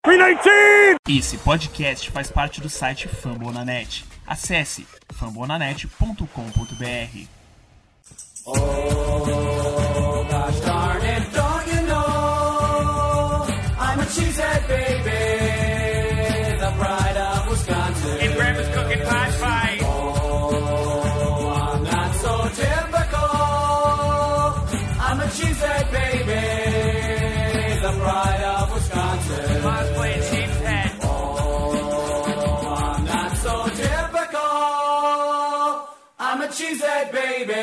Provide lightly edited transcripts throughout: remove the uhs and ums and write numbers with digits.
319! Esse podcast faz parte do site Fambonanet. Acesse fambonanet.com.br. Oh, gosh darn it, don't you know I'm a cheesehead baby, the pride of Wisconsin. And Grandma's cooking pot pie. Oh, I'm not so typical. I'm a cheesehead baby, the pride of Wisconsin. Mom's playing cheesehead. Oh, I'm not so typical. I'm a cheesehead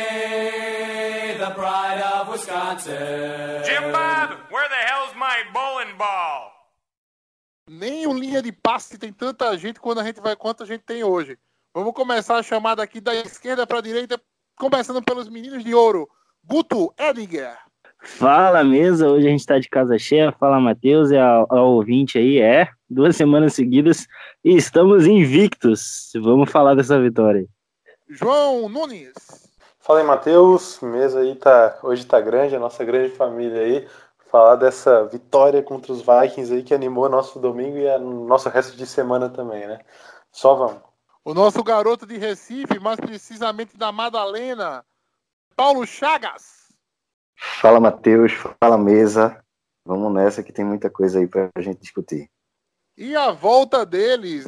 baby, the pride of Wisconsin. Jim Bob, where the hell's my bowling ball? Nem em linha de passe tem tanta gente quanto a gente tem hoje. Vamos começar a chamada aqui da esquerda para a direita, começando pelos meninos de ouro. Guto Edinger. Fala, mesa. Hoje a gente tá de casa cheia. Fala, Matheus, e ao ouvinte aí. 2 semanas seguidas e estamos invictos. Vamos falar dessa vitória. João Nunes. Fala aí, Matheus. Mesa aí hoje tá grande, a nossa grande família aí. Falar dessa vitória contra os Vikings aí que animou nosso domingo e nosso resto de semana também, né? Só vamos. O nosso garoto de Recife, mais precisamente da Madalena, Paulo Chagas. Fala, Matheus. Fala, mesa. Vamos nessa que tem muita coisa aí pra gente discutir. E a volta deles,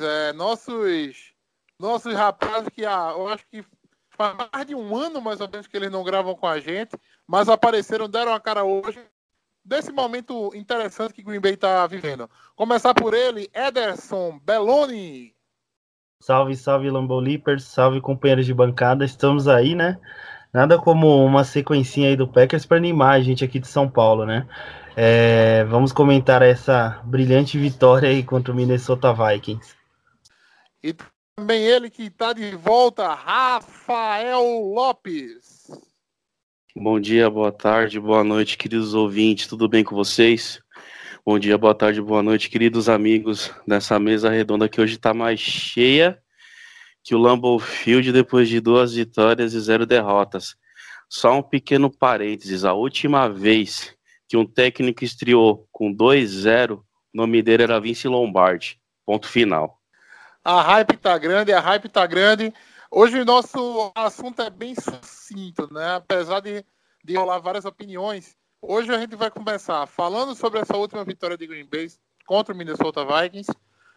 nossos rapazes que eu acho que faz mais de um ano mais ou menos que eles não gravam com a gente, mas apareceram, deram a cara hoje, desse momento interessante que Green Bay está vivendo. Começar por ele, Ederson Belloni. Salve, salve, Lambeau Leapers. Salve, companheiros de bancada. Estamos aí, né? Nada como uma sequencinha aí do Packers para animar a gente aqui de São Paulo, né? Vamos comentar essa brilhante vitória aí contra o Minnesota Vikings. E também ele que está de volta, Rafael Lopes. Bom dia, boa tarde, boa noite, queridos ouvintes, tudo bem com vocês? Bom dia, boa tarde, boa noite, queridos amigos dessa mesa redonda que hoje está mais cheia que o Lambeau Field depois de 2 vitórias e 0 derrotas. Só um pequeno parênteses, a última vez que um técnico estreou com 2-0, o nome dele era Vince Lombardi, ponto final. A hype tá grande. Hoje o nosso assunto é bem sucinto, né? Apesar de rolar várias opiniões, hoje a gente vai começar falando sobre essa última vitória de Green Bay contra o Minnesota Vikings.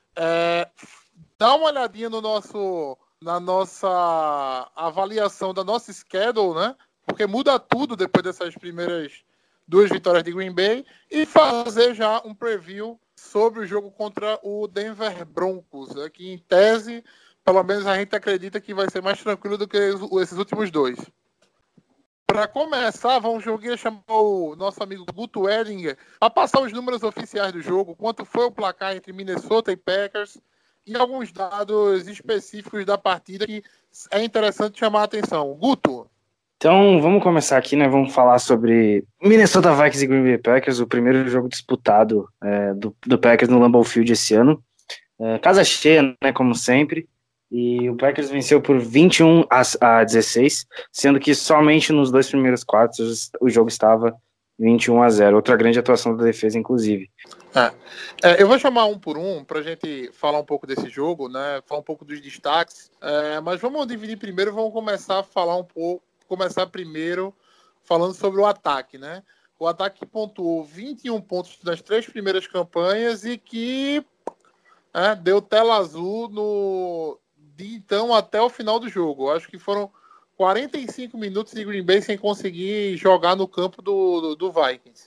Dá uma olhadinha na nossa avaliação da nossa schedule, né? Porque muda tudo depois dessas primeiras 2 vitórias de Green Bay, e fazer já um preview sobre o jogo contra o Denver Broncos, né? Que em tese, pelo menos a gente acredita que vai ser mais tranquilo do que esses últimos 2. Para começar, vamos chamar o nosso amigo Guto Edinger para passar os números oficiais do jogo, quanto foi o placar entre Minnesota e Packers, e alguns dados específicos da partida que é interessante chamar a atenção. Guto. Então, vamos começar aqui, né? Vamos falar sobre Minnesota Vikings e Green Bay Packers, o primeiro jogo disputado do Packers no Lambeau Field esse ano. Casa cheia, né? Como sempre. E o Packers venceu por 21-16, sendo que somente nos 2 primeiros quartos o jogo estava 21-0. Outra grande atuação da defesa, inclusive. Eu vou chamar um por um para a gente falar um pouco desse jogo, né? Falar um pouco dos destaques. Mas vamos dividir primeiro. Vamos começar primeiro falando sobre o ataque, né? O ataque pontuou 21 pontos nas 3 primeiras campanhas e que deu tela azul de então até o final do jogo. Acho que foram 45 minutos de Green Bay sem conseguir jogar no campo do Vikings.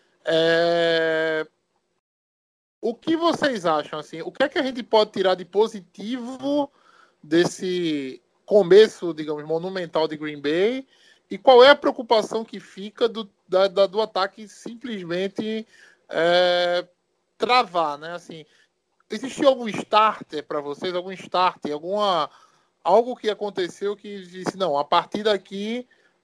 O que vocês acham? Assim, o que é que a gente pode tirar de positivo desse começo, digamos, monumental de Green Bay? E qual é a preocupação que fica do ataque simplesmente travar, né? Assim, existiu algum starter para vocês? Algum starter? Algo que aconteceu que disse, não, a partir daqui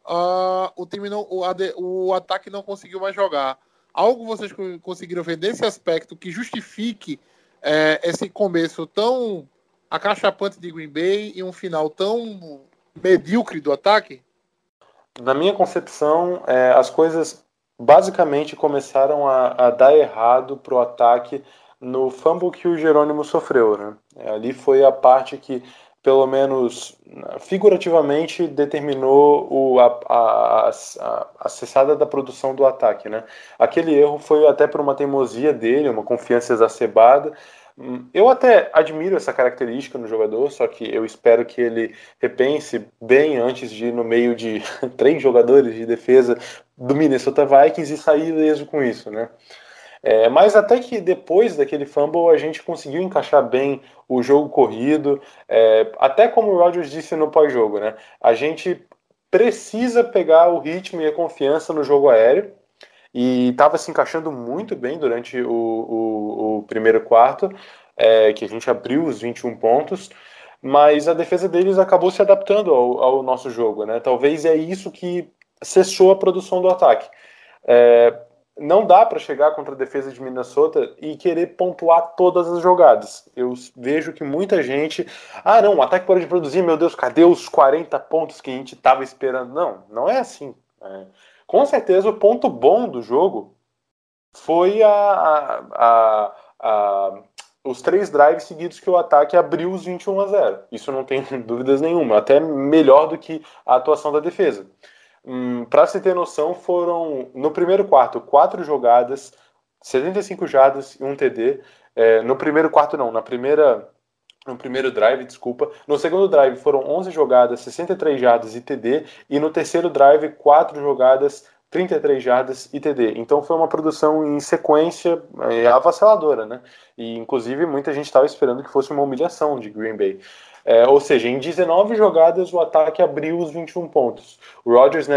o ataque não conseguiu mais jogar. Algo vocês conseguiram ver nesse aspecto que justifique esse começo tão acachapante de Green Bay e um final tão medíocre do ataque? Na minha concepção, as coisas basicamente começaram a dar errado pro ataque no fumble que o Jerônimo sofreu, né? Ali foi a parte que, pelo menos figurativamente, determinou a cessada da produção do ataque, né? Aquele erro foi até por uma teimosia dele, uma confiança exacerbada. Eu até admiro essa característica no jogador, só que eu espero que ele repense bem antes de ir no meio de 3 jogadores de defesa do Minnesota Vikings e sair ileso com isso, né? Mas até que depois daquele fumble a gente conseguiu encaixar bem o jogo corrido, até como o Rodgers disse no pós-jogo, né? A gente precisa pegar o ritmo e a confiança no jogo aéreo, e estava se encaixando muito bem durante o primeiro quarto, que a gente abriu os 21 pontos, mas a defesa deles acabou se adaptando ao nosso jogo, né? Talvez é isso que cessou a produção do ataque. Não dá para chegar contra a defesa de Minnesota e querer pontuar todas as jogadas. Eu vejo que muita gente... não, o ataque pode produzir, meu Deus, cadê os 40 pontos que a gente estava esperando? Não é assim. Com certeza, o ponto bom do jogo foi os 3 drives seguidos que o ataque abriu os 21-0. Isso não tem dúvidas nenhuma. Até melhor do que a atuação da defesa. Para se ter noção, foram, no primeiro quarto, 4 jogadas, 75 jardas e 1 TD. No primeiro quarto, não. No primeiro drive, desculpa. No segundo drive foram 11 jogadas, 63 jardas e TD. E no terceiro drive, 4 jogadas, 33 jardas e TD. Então foi uma produção em sequência avassaladora, né? E inclusive muita gente estava esperando que fosse uma humilhação de Green Bay. Ou seja, em 19 jogadas o ataque abriu os 21 pontos. O Rodgers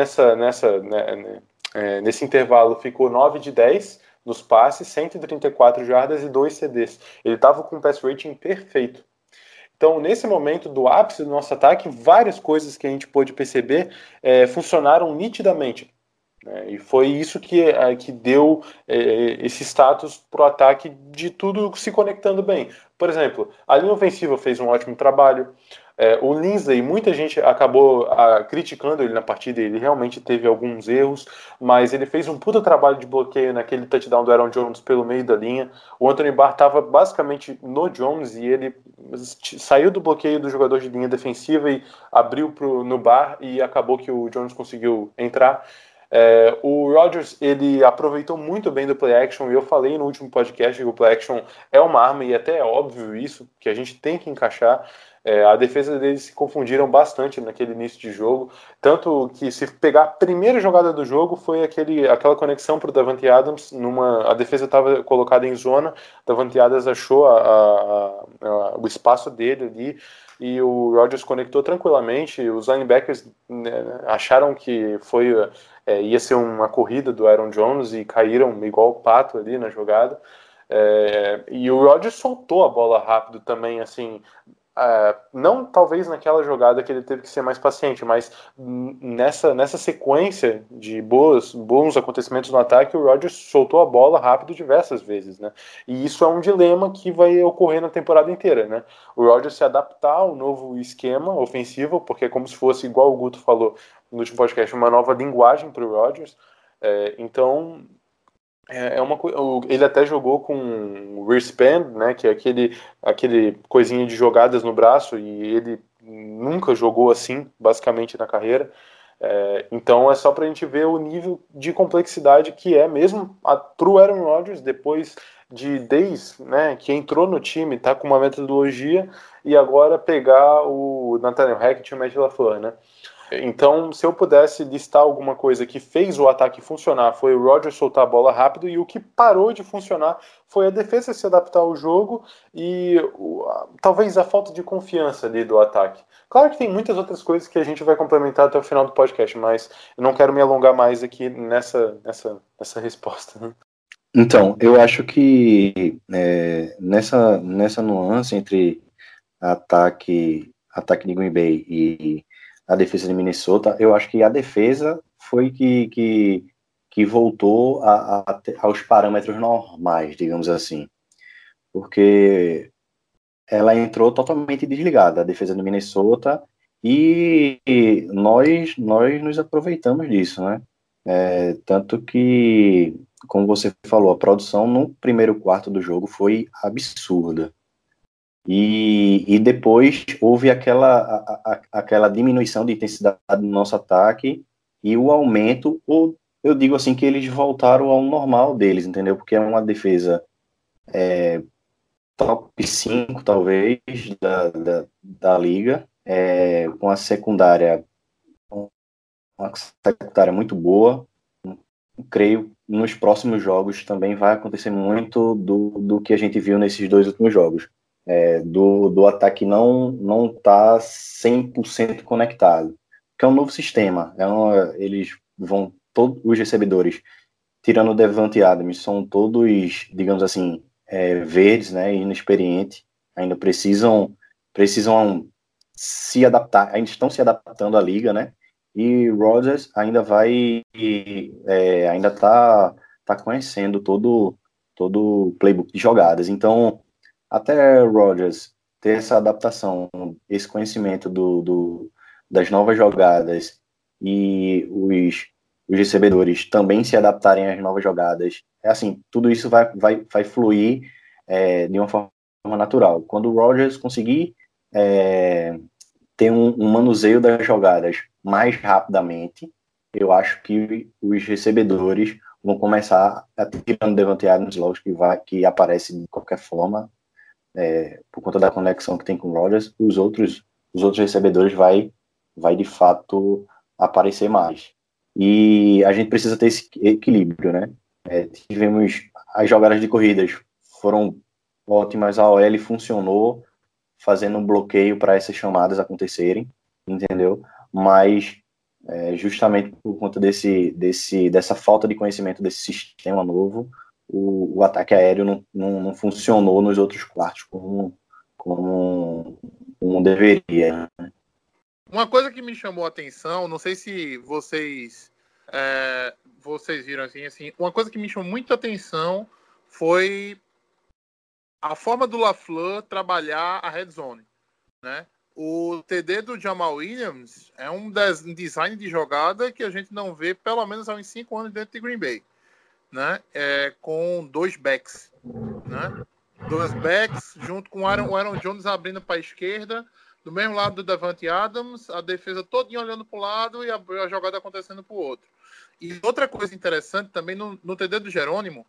nesse intervalo ficou 9 de 10 nos passes, 134 jardas e 2 CDs. Ele estava com um pass rating perfeito. Então, nesse momento do ápice do nosso ataque, várias coisas que a gente pôde perceber funcionaram nitidamente. E foi isso que deu esse status para o ataque de tudo se conectando bem. Por exemplo, a linha ofensiva fez um ótimo trabalho. O Lindsay, muita gente acabou criticando ele na partida, ele realmente teve alguns erros, mas ele fez um puta trabalho de bloqueio naquele touchdown do Aaron Jones pelo meio da linha. O Anthony Barr estava basicamente no Jones e ele saiu do bloqueio do jogador de linha defensiva e abriu no Barr e acabou que o Jones conseguiu entrar. O Rodgers, ele aproveitou muito bem do play action, e eu falei no último podcast que o play action é uma arma, e até é óbvio isso, que a gente tem que encaixar. A defesa deles se confundiram bastante naquele início de jogo, tanto que se pegar a primeira jogada do jogo foi aquela conexão para o Davante Adams, a defesa estava colocada em zona, Davante Adams achou o espaço dele ali, e o Rodgers conectou tranquilamente. Os linebackers acharam que ia ser uma corrida do Aaron Jones e caíram igual o pato ali na jogada. E o Rodgers soltou a bola rápido também, assim, não talvez naquela jogada que ele teve que ser mais paciente, mas nessa sequência de bons acontecimentos no ataque, o Rodgers soltou a bola rápido diversas vezes, né? E isso é um dilema que vai ocorrer na temporada inteira, né? O Rodgers se adaptar ao novo esquema ofensivo, porque é como se fosse, igual o Guto falou no último podcast, uma nova linguagem para o Rodgers. Então ele até jogou com o wristband, né, que é aquele coisinha de jogadas no braço, e ele nunca jogou assim, basicamente, na carreira. Então é só pra gente ver o nível de complexidade que é mesmo pro Aaron Rodgers, depois desde, né, que entrou no time, tá com uma metodologia, e agora pegar o Nathaniel Hackett e o Matt LaFleur, né? Então, se eu pudesse listar alguma coisa que fez o ataque funcionar, foi o Rodgers soltar a bola rápido, e o que parou de funcionar foi a defesa se adaptar ao jogo e talvez a falta de confiança ali do ataque. Claro que tem muitas outras coisas que a gente vai complementar até o final do podcast, mas eu não quero me alongar mais aqui nessa resposta, né? Então, eu acho que nessa nuance entre ataque de Green Bay e a defesa de Minnesota, eu acho que a defesa foi que voltou aos parâmetros normais, digamos assim, porque ela entrou totalmente desligada, a defesa de Minnesota, e nós nos aproveitamos disso, né? Tanto que como você falou, a produção no primeiro quarto do jogo foi absurda. E depois houve aquela diminuição de intensidade do nosso ataque e o aumento, ou eu digo assim, que eles voltaram ao normal deles, entendeu? Porque é uma defesa top 5, talvez, da liga, com a secundária, uma secundária muito boa. Creio nos próximos jogos também vai acontecer muito do que a gente viu nesses 2 últimos jogos. Do ataque não tá 100% conectado, que é um novo sistema. Eles vão, todos os recebedores, tirando o Devante Adams, são todos, digamos assim, verdes, né, inexperientes, ainda precisam se adaptar, ainda estão se adaptando à liga, né, e Rodgers ainda ainda tá conhecendo todo o playbook de jogadas. Então, até Rodgers ter essa adaptação, esse conhecimento das novas jogadas e os recebedores também se adaptarem às novas jogadas, assim, tudo isso vai fluir de uma forma natural. Quando o Rodgers conseguir ter um manuseio das jogadas mais rapidamente, eu acho que os recebedores vão começar a tirar o Devante Adams logo que aparece de qualquer forma, por conta da conexão que tem com o Rodgers. Os outros recebedores vai de fato aparecer mais. E a gente precisa ter esse equilíbrio, né? Tivemos as jogadas de corridas, foram ótimas, a OL funcionou, fazendo um bloqueio para essas chamadas acontecerem, entendeu? Mas justamente por conta dessa falta de conhecimento desse sistema novo, o ataque aéreo não funcionou nos outros quartos como deveria, né? Uma coisa que me chamou a atenção, não sei se vocês viram assim, uma coisa que me chamou muita atenção foi a forma do LaFleur trabalhar a red zone, né? O TD do Jamal Williams é um design de jogada que a gente não vê pelo menos há uns 5 anos dentro de Green Bay, né? Com 2 backs, né? 2 backs junto com o Aaron Jones abrindo para a esquerda, do mesmo lado do Devante Adams, a defesa todinha olhando para o lado e a jogada acontecendo para o outro. E outra coisa interessante também no TD do Jerônimo,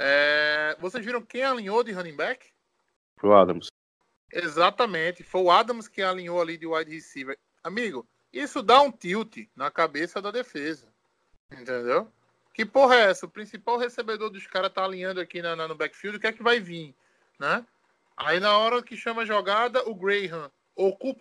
vocês viram quem alinhou de running back? Foi o Adams. Exatamente, foi o Adams que alinhou ali de wide receiver. Amigo, isso dá um tilt na cabeça da defesa, entendeu? Que porra é essa? O principal recebedor dos caras tá alinhando aqui no backfield, o que é que vai vir, né? Aí na hora que chama a jogada, o Graham ocupa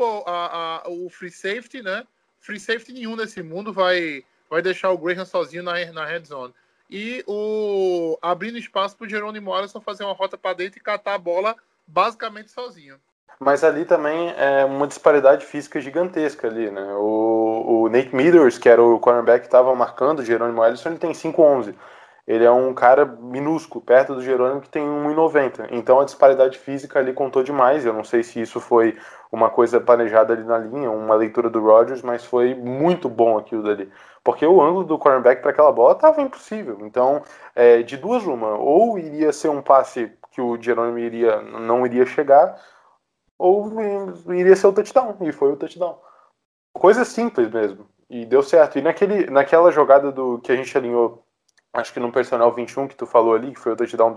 o free safety, né? Free safety nenhum nesse mundo vai deixar o Graham sozinho na red zone. E abrindo espaço pro Jerônimo Allison fazer uma rota para dentro e catar a bola basicamente sozinho. Mas ali também é uma disparidade física gigantesca ali, né? O Nate Meadors, que era o cornerback que estava marcando o Jerônimo Allison, ele tem 5'11". Ele é um cara minúsculo, perto do Jerônimo, que tem 1,90. Então a disparidade física ali contou demais. Eu não sei se isso foi uma coisa planejada ali na linha, uma leitura do Rodgers, mas foi muito bom aquilo dali. Porque o ângulo do cornerback para aquela bola estava impossível. Então, de duas uma, ou iria ser um passe que o Jerônimo não iria chegar, ou iria ser o touchdown, e foi o touchdown. Coisa simples mesmo, e deu certo. E naquela jogada que a gente alinhou, acho que no personnel 21 que tu falou ali, que foi o touchdown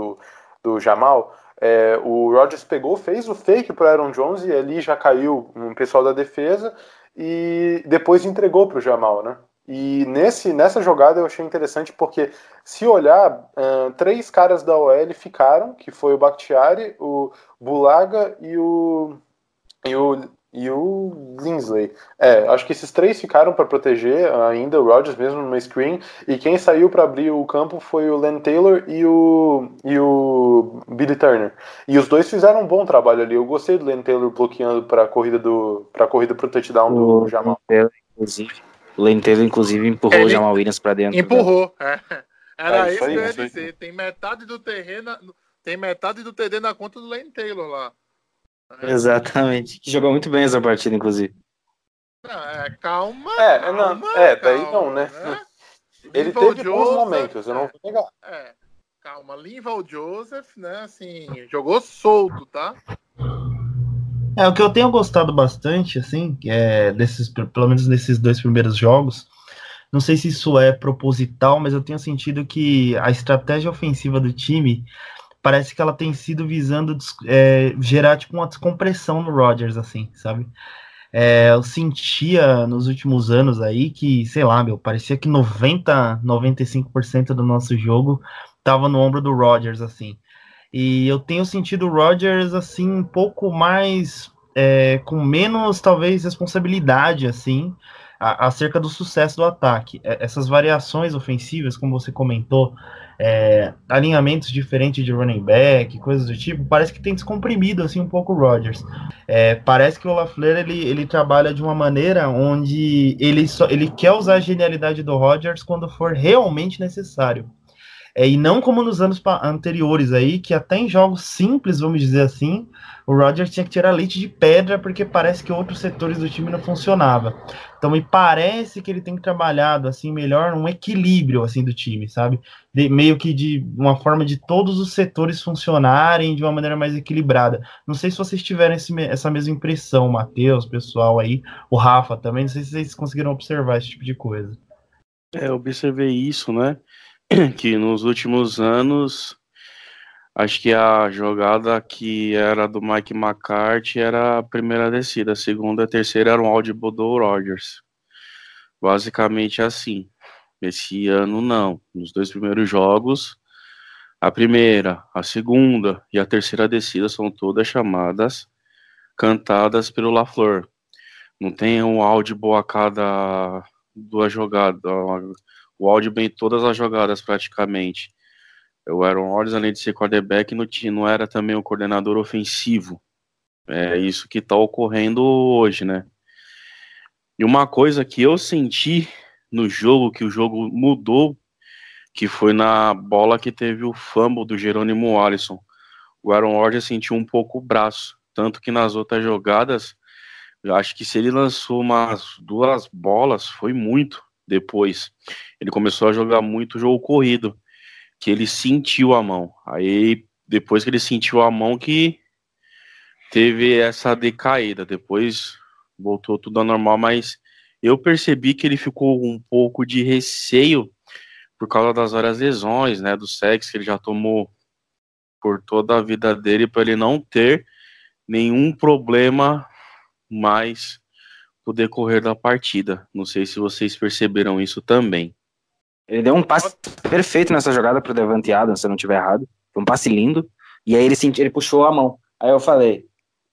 do Jamal, o Rodgers pegou, fez o fake para Aaron Jones, e ali já caiu um pessoal da defesa, e depois entregou para o Jamal, né? E nessa jogada eu achei interessante porque, se olhar, 3 caras da OL ficaram, que foi o Bakhtiari, o Bulaga e o Linsley. Acho que esses 3 ficaram para proteger ainda o Rodgers mesmo no screen, e quem saiu para abrir o campo foi o Len Taylor e o Billy Turner. E os dois fizeram um bom trabalho ali. Eu gostei do Len Taylor bloqueando para a corrida pro touchdown do Jamal. O Len Taylor, inclusive, empurrou o Jamal Williams para dentro. Empurrou, Era isso que eu ia dizer. Tem metade do TD na conta do Len Taylor lá. Exatamente. Que jogou muito bem essa partida, inclusive. Calma. Daí não, né? Ele Linval teve bons momentos, eu não vou negar. Calma, Linval Joseph, né, assim, jogou solto, tá? O que eu tenho gostado bastante, assim, pelo menos nesses 2 primeiros jogos, não sei se isso é proposital, mas eu tenho sentido que a estratégia ofensiva do time parece que ela tem sido visando gerar tipo uma descompressão no Rodgers, assim, sabe? Eu sentia nos últimos anos aí que, sei lá, parecia que 95% do nosso jogo tava no ombro do Rodgers, assim. E eu tenho sentido o Rodgers, assim, um pouco mais, com menos, talvez, responsabilidade, assim, acerca do sucesso do ataque. Essas variações ofensivas, como você comentou, alinhamentos diferentes de running back, coisas do tipo, parece que tem descomprimido, assim, um pouco o Rodgers. Parece que o LaFleur, ele trabalha de uma maneira onde ele quer usar a genialidade do Rodgers quando for realmente necessário. E não como nos anos anteriores aí, que até em jogos simples, vamos dizer assim, o Rodgers tinha que tirar leite de pedra porque parece que outros setores do time não funcionavam. Então me parece que ele tem trabalhado assim melhor um equilíbrio assim do time, sabe? Meio que de uma forma de todos os setores funcionarem de uma maneira mais equilibrada. Não sei se vocês tiveram essa mesma impressão, Matheus, pessoal aí, o Rafa também, não sei se vocês conseguiram observar esse tipo de coisa. Eu observei isso, né? Que nos últimos anos, acho que a jogada que era do Mike McCarthy era a primeira descida, a segunda e a terceira era um audible do Rodgers. Basicamente assim. Esse ano não. Nos 2 primeiros jogos, a primeira, a segunda e a terceira descida são todas chamadas, cantadas pelo LaFleur. Não tem um audible a cada 2 jogadas. O audible em todas as jogadas praticamente. O Aaron Rodgers, além de ser quarterback, não era também o coordenador ofensivo. É isso que está ocorrendo hoje, né? E uma coisa que eu senti no jogo, que o jogo mudou, que foi na bola que teve o fumble do Jerônimo Allison. O Aaron Rodgers sentiu um pouco o braço, tanto que nas outras jogadas, eu acho que se ele lançou umas 2 bolas, foi muito depois. Ele começou a jogar muito jogo corrido, que ele sentiu a mão. Aí, depois que ele sentiu a mão, que teve essa decaída. Depois voltou tudo ao normal, mas eu percebi que ele ficou um pouco de receio por causa das várias lesões, né, do sexo que ele já tomou por toda a vida dele, para ele não ter nenhum problema mais no decorrer da partida. Não sei se vocês perceberam isso também. Ele deu um passe perfeito nessa jogada pro Davante Adams, se eu não estiver errado. Foi um passe lindo. E aí ele puxou a mão. Aí eu falei...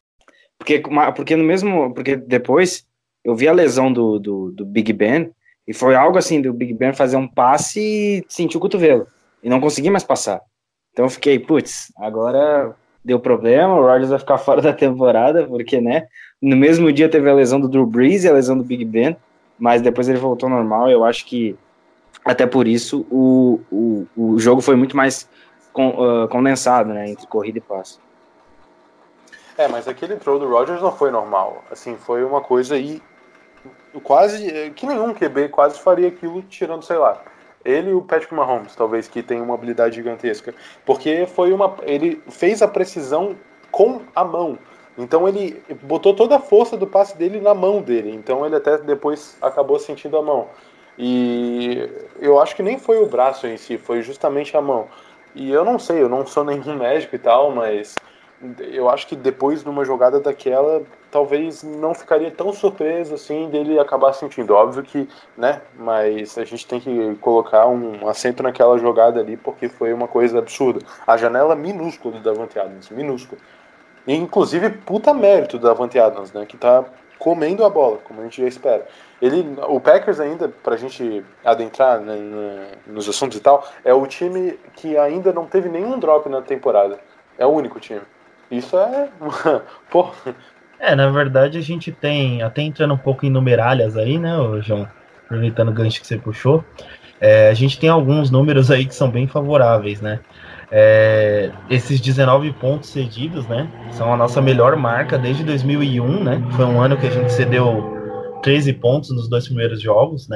Porque depois eu vi a lesão do Big Ben, e foi algo assim, do Big Ben fazer um passe e sentir o cotovelo. E não consegui mais passar. Então eu fiquei, putz, agora deu problema, o Rodgers vai ficar fora da temporada, porque, né, no mesmo dia teve a lesão do Drew Brees e a lesão do Big Ben, mas depois ele voltou ao normal. Eu acho que até por isso o jogo foi muito mais condensado, né, entre corrida e passe. Mas aquele throw do Rodgers não foi normal. Assim, foi uma coisa aí quase que nenhum QB quase faria aquilo, tirando, sei lá, ele e o Patrick Mahomes, talvez, que tem uma habilidade gigantesca, porque ele fez a precisão com a mão. Então ele botou toda a força do passe dele na mão dele. Então ele até depois acabou sentindo a mão. E eu acho que nem foi o braço em si, foi justamente a mão. E eu não sei, eu não sou nenhum médico e tal, mas eu acho que depois de uma jogada daquela, talvez não ficaria tão surpreso assim dele acabar sentindo. Óbvio que, né, mas a gente tem que colocar um acento naquela jogada ali, porque foi uma coisa absurda. A janela minúscula do Davante Adams, minúscula. E, inclusive, puta mérito do Davante Adams, né, que tá comendo a bola, como a gente já espera. O Packers ainda, pra gente adentrar, né, nos assuntos e tal, é o time que ainda não teve nenhum drop na temporada. É o único time. Isso é... Pô. Na verdade a gente tem, até entrando um pouco em numeralhas aí, né, João, aproveitando o gancho que você puxou, a gente tem alguns números aí que são bem favoráveis, né. Esses 19 pontos cedidos, né, são a nossa melhor marca desde 2001, né, foi um ano que a gente cedeu 13 pontos nos 2 primeiros jogos, né,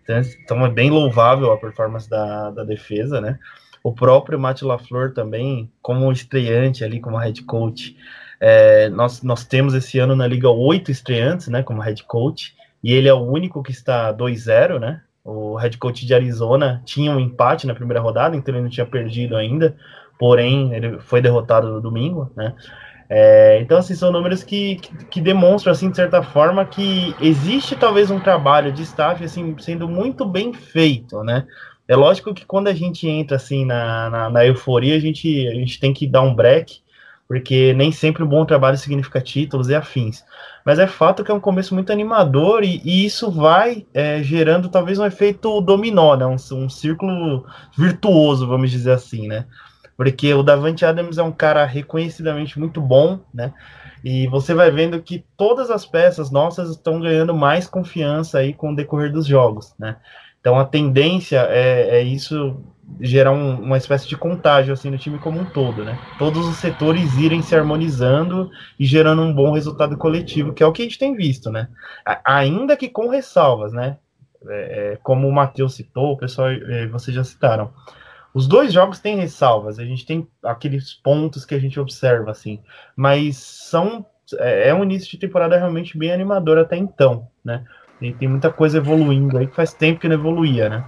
Então é bem louvável a performance da defesa, né? O próprio Matt LaFleur também, como estreante ali, como head coach, nós temos esse ano na Liga 8 estreantes, né, como head coach, e ele é o único que está 2-0, né? O head coach de Arizona tinha um empate na primeira rodada, então ele não tinha perdido ainda, porém ele foi derrotado no domingo, né? Então, assim, são números que demonstram, assim, de certa forma, que existe talvez um trabalho de staff, assim, sendo muito bem feito, né? É lógico que quando a gente entra, assim, na euforia, a gente tem que dar um break, porque nem sempre um bom trabalho significa títulos e afins. Mas é fato que é um começo muito animador e isso vai gerando talvez um efeito dominó, né? Um círculo virtuoso, vamos dizer assim, né? Porque o Davante Adams é um cara reconhecidamente muito bom, né? E você vai vendo que todas as peças nossas estão ganhando mais confiança aí com o decorrer dos jogos, né? Então a tendência é isso gerar uma espécie de contágio assim no time como um todo, né? Todos os setores irem se harmonizando e gerando um bom resultado coletivo, que é o que a gente tem visto, né? Ainda que com ressalvas, né? Como o Matheus citou, o pessoal, vocês já citaram. Os dois jogos têm ressalvas, a gente tem aqueles pontos que a gente observa, assim, mas é um início de temporada realmente bem animador até então, né? E tem muita coisa evoluindo aí que faz tempo que não evoluía, né?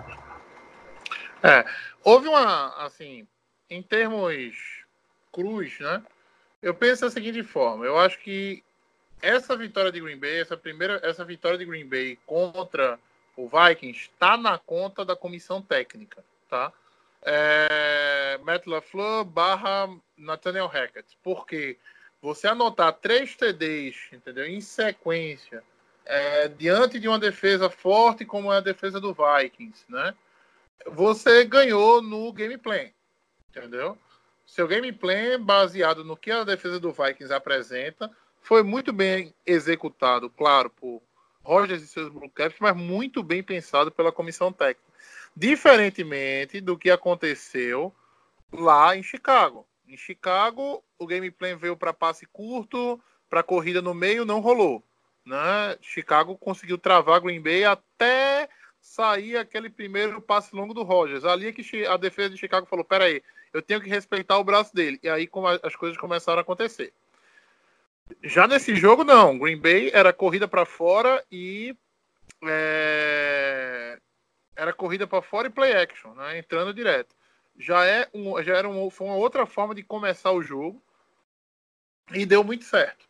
Houve assim, em termos crus, né? Eu penso da seguinte forma, eu acho que essa vitória de Green Bay, essa vitória de Green Bay contra o Vikings está na conta da comissão técnica, tá? Matt LaFleur / Nathaniel Hackett, porque você anotar 3 TDs, entendeu, em sequência, diante de uma defesa forte como é a defesa do Vikings, né? Você ganhou no game plan, entendeu? Seu game plan, baseado no que a defesa do Vikings apresenta, foi muito bem executado, claro, por Rodgers e seus Blue Caps, mas muito bem pensado pela comissão técnica. Diferentemente do que aconteceu lá em Chicago. Em Chicago, o game plan veio para passe curto, para corrida no meio, não rolou, né? Chicago conseguiu travar Green Bay até sair aquele primeiro passe longo do Rodgers. Ali é que a defesa de Chicago falou, peraí, eu tenho que respeitar o braço dele. E aí as coisas começaram a acontecer. Já nesse jogo, não. Green Bay era corrida para fora e era corrida para fora e play action, né? Entrando direto. Foi uma outra forma de começar o jogo e deu muito certo.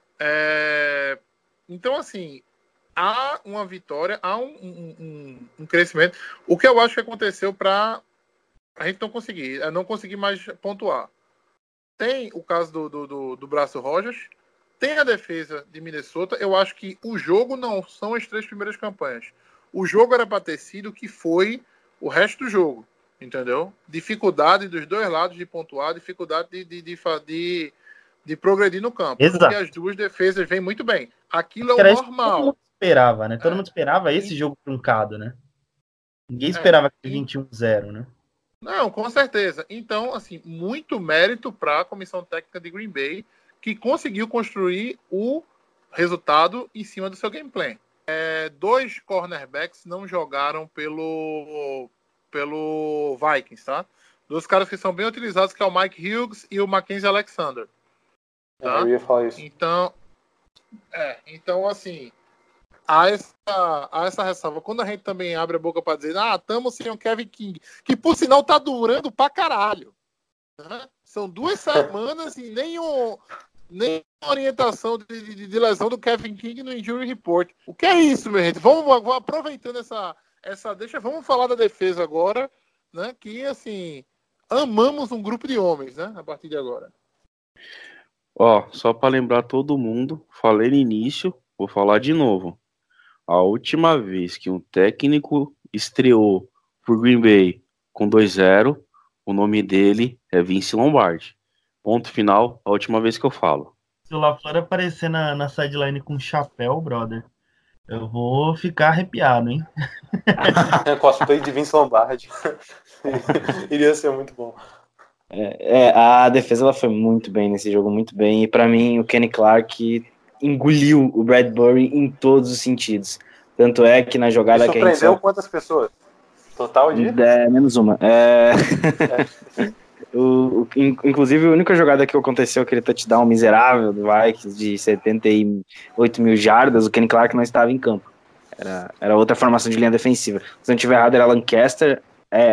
Então, assim, há uma vitória, há um crescimento. O que eu acho que aconteceu para a gente não conseguir mais pontuar. Tem o caso do braço Rodgers, tem a defesa de Minnesota. Eu acho que o jogo não são as 3 primeiras campanhas. O jogo era para ter sido o que foi o resto do jogo, entendeu? Dificuldade dos dois lados de pontuar, dificuldade de progredir no campo. Exato. Porque as duas defesas vêm muito bem. Aquilo é o normal. Todo mundo esperava, né? Todo mundo esperava esse jogo truncado, né? Ninguém esperava aquele 21-0, né? Não, com certeza. Então, assim, muito mérito para a comissão técnica de Green Bay, que conseguiu construir o resultado em cima do seu game plan. 2 cornerbacks não jogaram pelo Vikings, tá? 2 caras que são bem utilizados, que é o Mike Hughes e o Mackenzie Alexander. Tá? Eu ia falar isso. Então, assim, há essa ressalva. Quando a gente também abre a boca para dizer, estamos sem o Kevin King, que por sinal tá durando pra caralho. Né? São 2 semanas e nem orientação de lesão do Kevin King no Injury Report. O que é isso, minha gente? Vamos aproveitando essa deixa, vamos falar da defesa agora, né? Que, assim, amamos um grupo de homens, né? A partir de agora. Só para lembrar todo mundo, falei no início, vou falar de novo. A última vez que um técnico estreou por Green Bay com 2-0, o nome dele é Vince Lombardi. Ponto final, a última vez que eu falo. Se o LaFleur aparecer na sideline com chapéu, brother, eu vou ficar arrepiado, hein? Cosplay de Vince Lombardi. Iria ser muito bom. A defesa ela foi muito bem nesse jogo, muito bem. E pra mim, o Kenny Clark engoliu o Bradbury em todos os sentidos. Tanto é que na Ele jogada que a gente surpreendeu quantas pessoas? Total de? menos uma. Inclusive, a única jogada que aconteceu, aquele touchdown miserável do Vikings de 78 mil jardas, o Kenny Clark não estava em campo. Era outra formação de linha defensiva. Se não tiver errado, era Lancaster,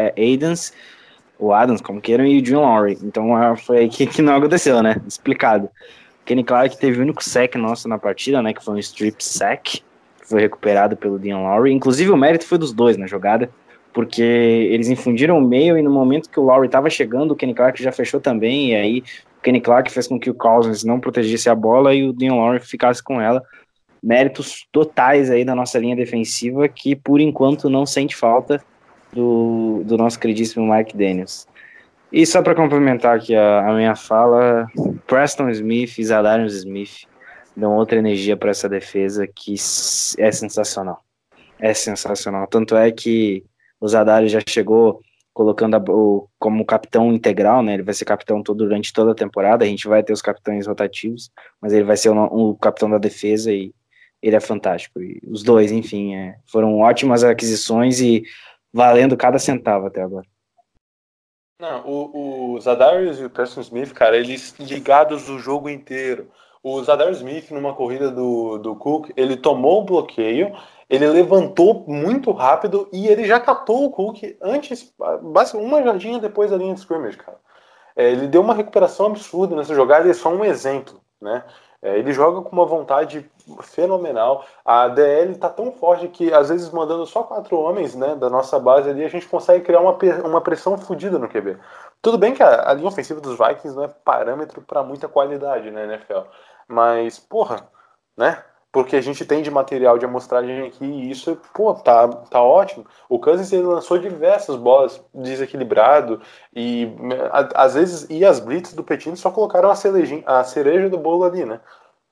Adams, como queiram, e o Jim Lowry. Então foi aí que não aconteceu, né? Explicado. O Kenny Clark teve o único sack nosso na partida, né? Que foi um strip sack, que foi recuperado pelo Dean Lowry. Inclusive, o mérito foi dos dois na jogada, porque eles infundiram o meio e no momento que o Lowry estava chegando, o Kenny Clark já fechou também, e aí o Kenny Clark fez com que o Cousins não protegesse a bola e o Dean Lowry ficasse com ela. Méritos totais aí da nossa linha defensiva, que por enquanto não sente falta do nosso queridíssimo Mike Daniels. E só para complementar aqui a minha fala, Preston Smith e Zadarius Smith dão outra energia para essa defesa que é sensacional. É sensacional. Tanto é que o Zadarius já chegou colocando como capitão integral, né? Ele vai ser capitão durante toda a temporada. A gente vai ter os capitães rotativos, mas ele vai ser o capitão da defesa e ele é fantástico. E os dois, enfim, foram ótimas aquisições e valendo cada centavo até agora. Não, o Zadarius e o Preston Smith, cara, eles ligados o jogo inteiro. O Zadarius Smith, numa corrida do Cook, ele tomou o bloqueio, ele levantou muito rápido e ele já catou o Cook antes, basicamente uma jardinha depois da linha de scrimmage, cara. Ele deu uma recuperação absurda nessa jogada e é só um exemplo, né? Ele joga com uma vontade fenomenal. A DL tá tão forte que, às vezes, mandando só 4 homens, né, da nossa base ali, a gente consegue criar uma pressão fodida no QB. Tudo bem que a linha ofensiva dos Vikings não é parâmetro para muita qualidade, né, NFL? Mas, porra, né? Porque a gente tem de material de amostragem aqui e isso, pô, tá ótimo. O Cousins, ele lançou diversas bolas desequilibrado e às vezes as blitz do Petino só colocaram a cereja do bolo ali, né?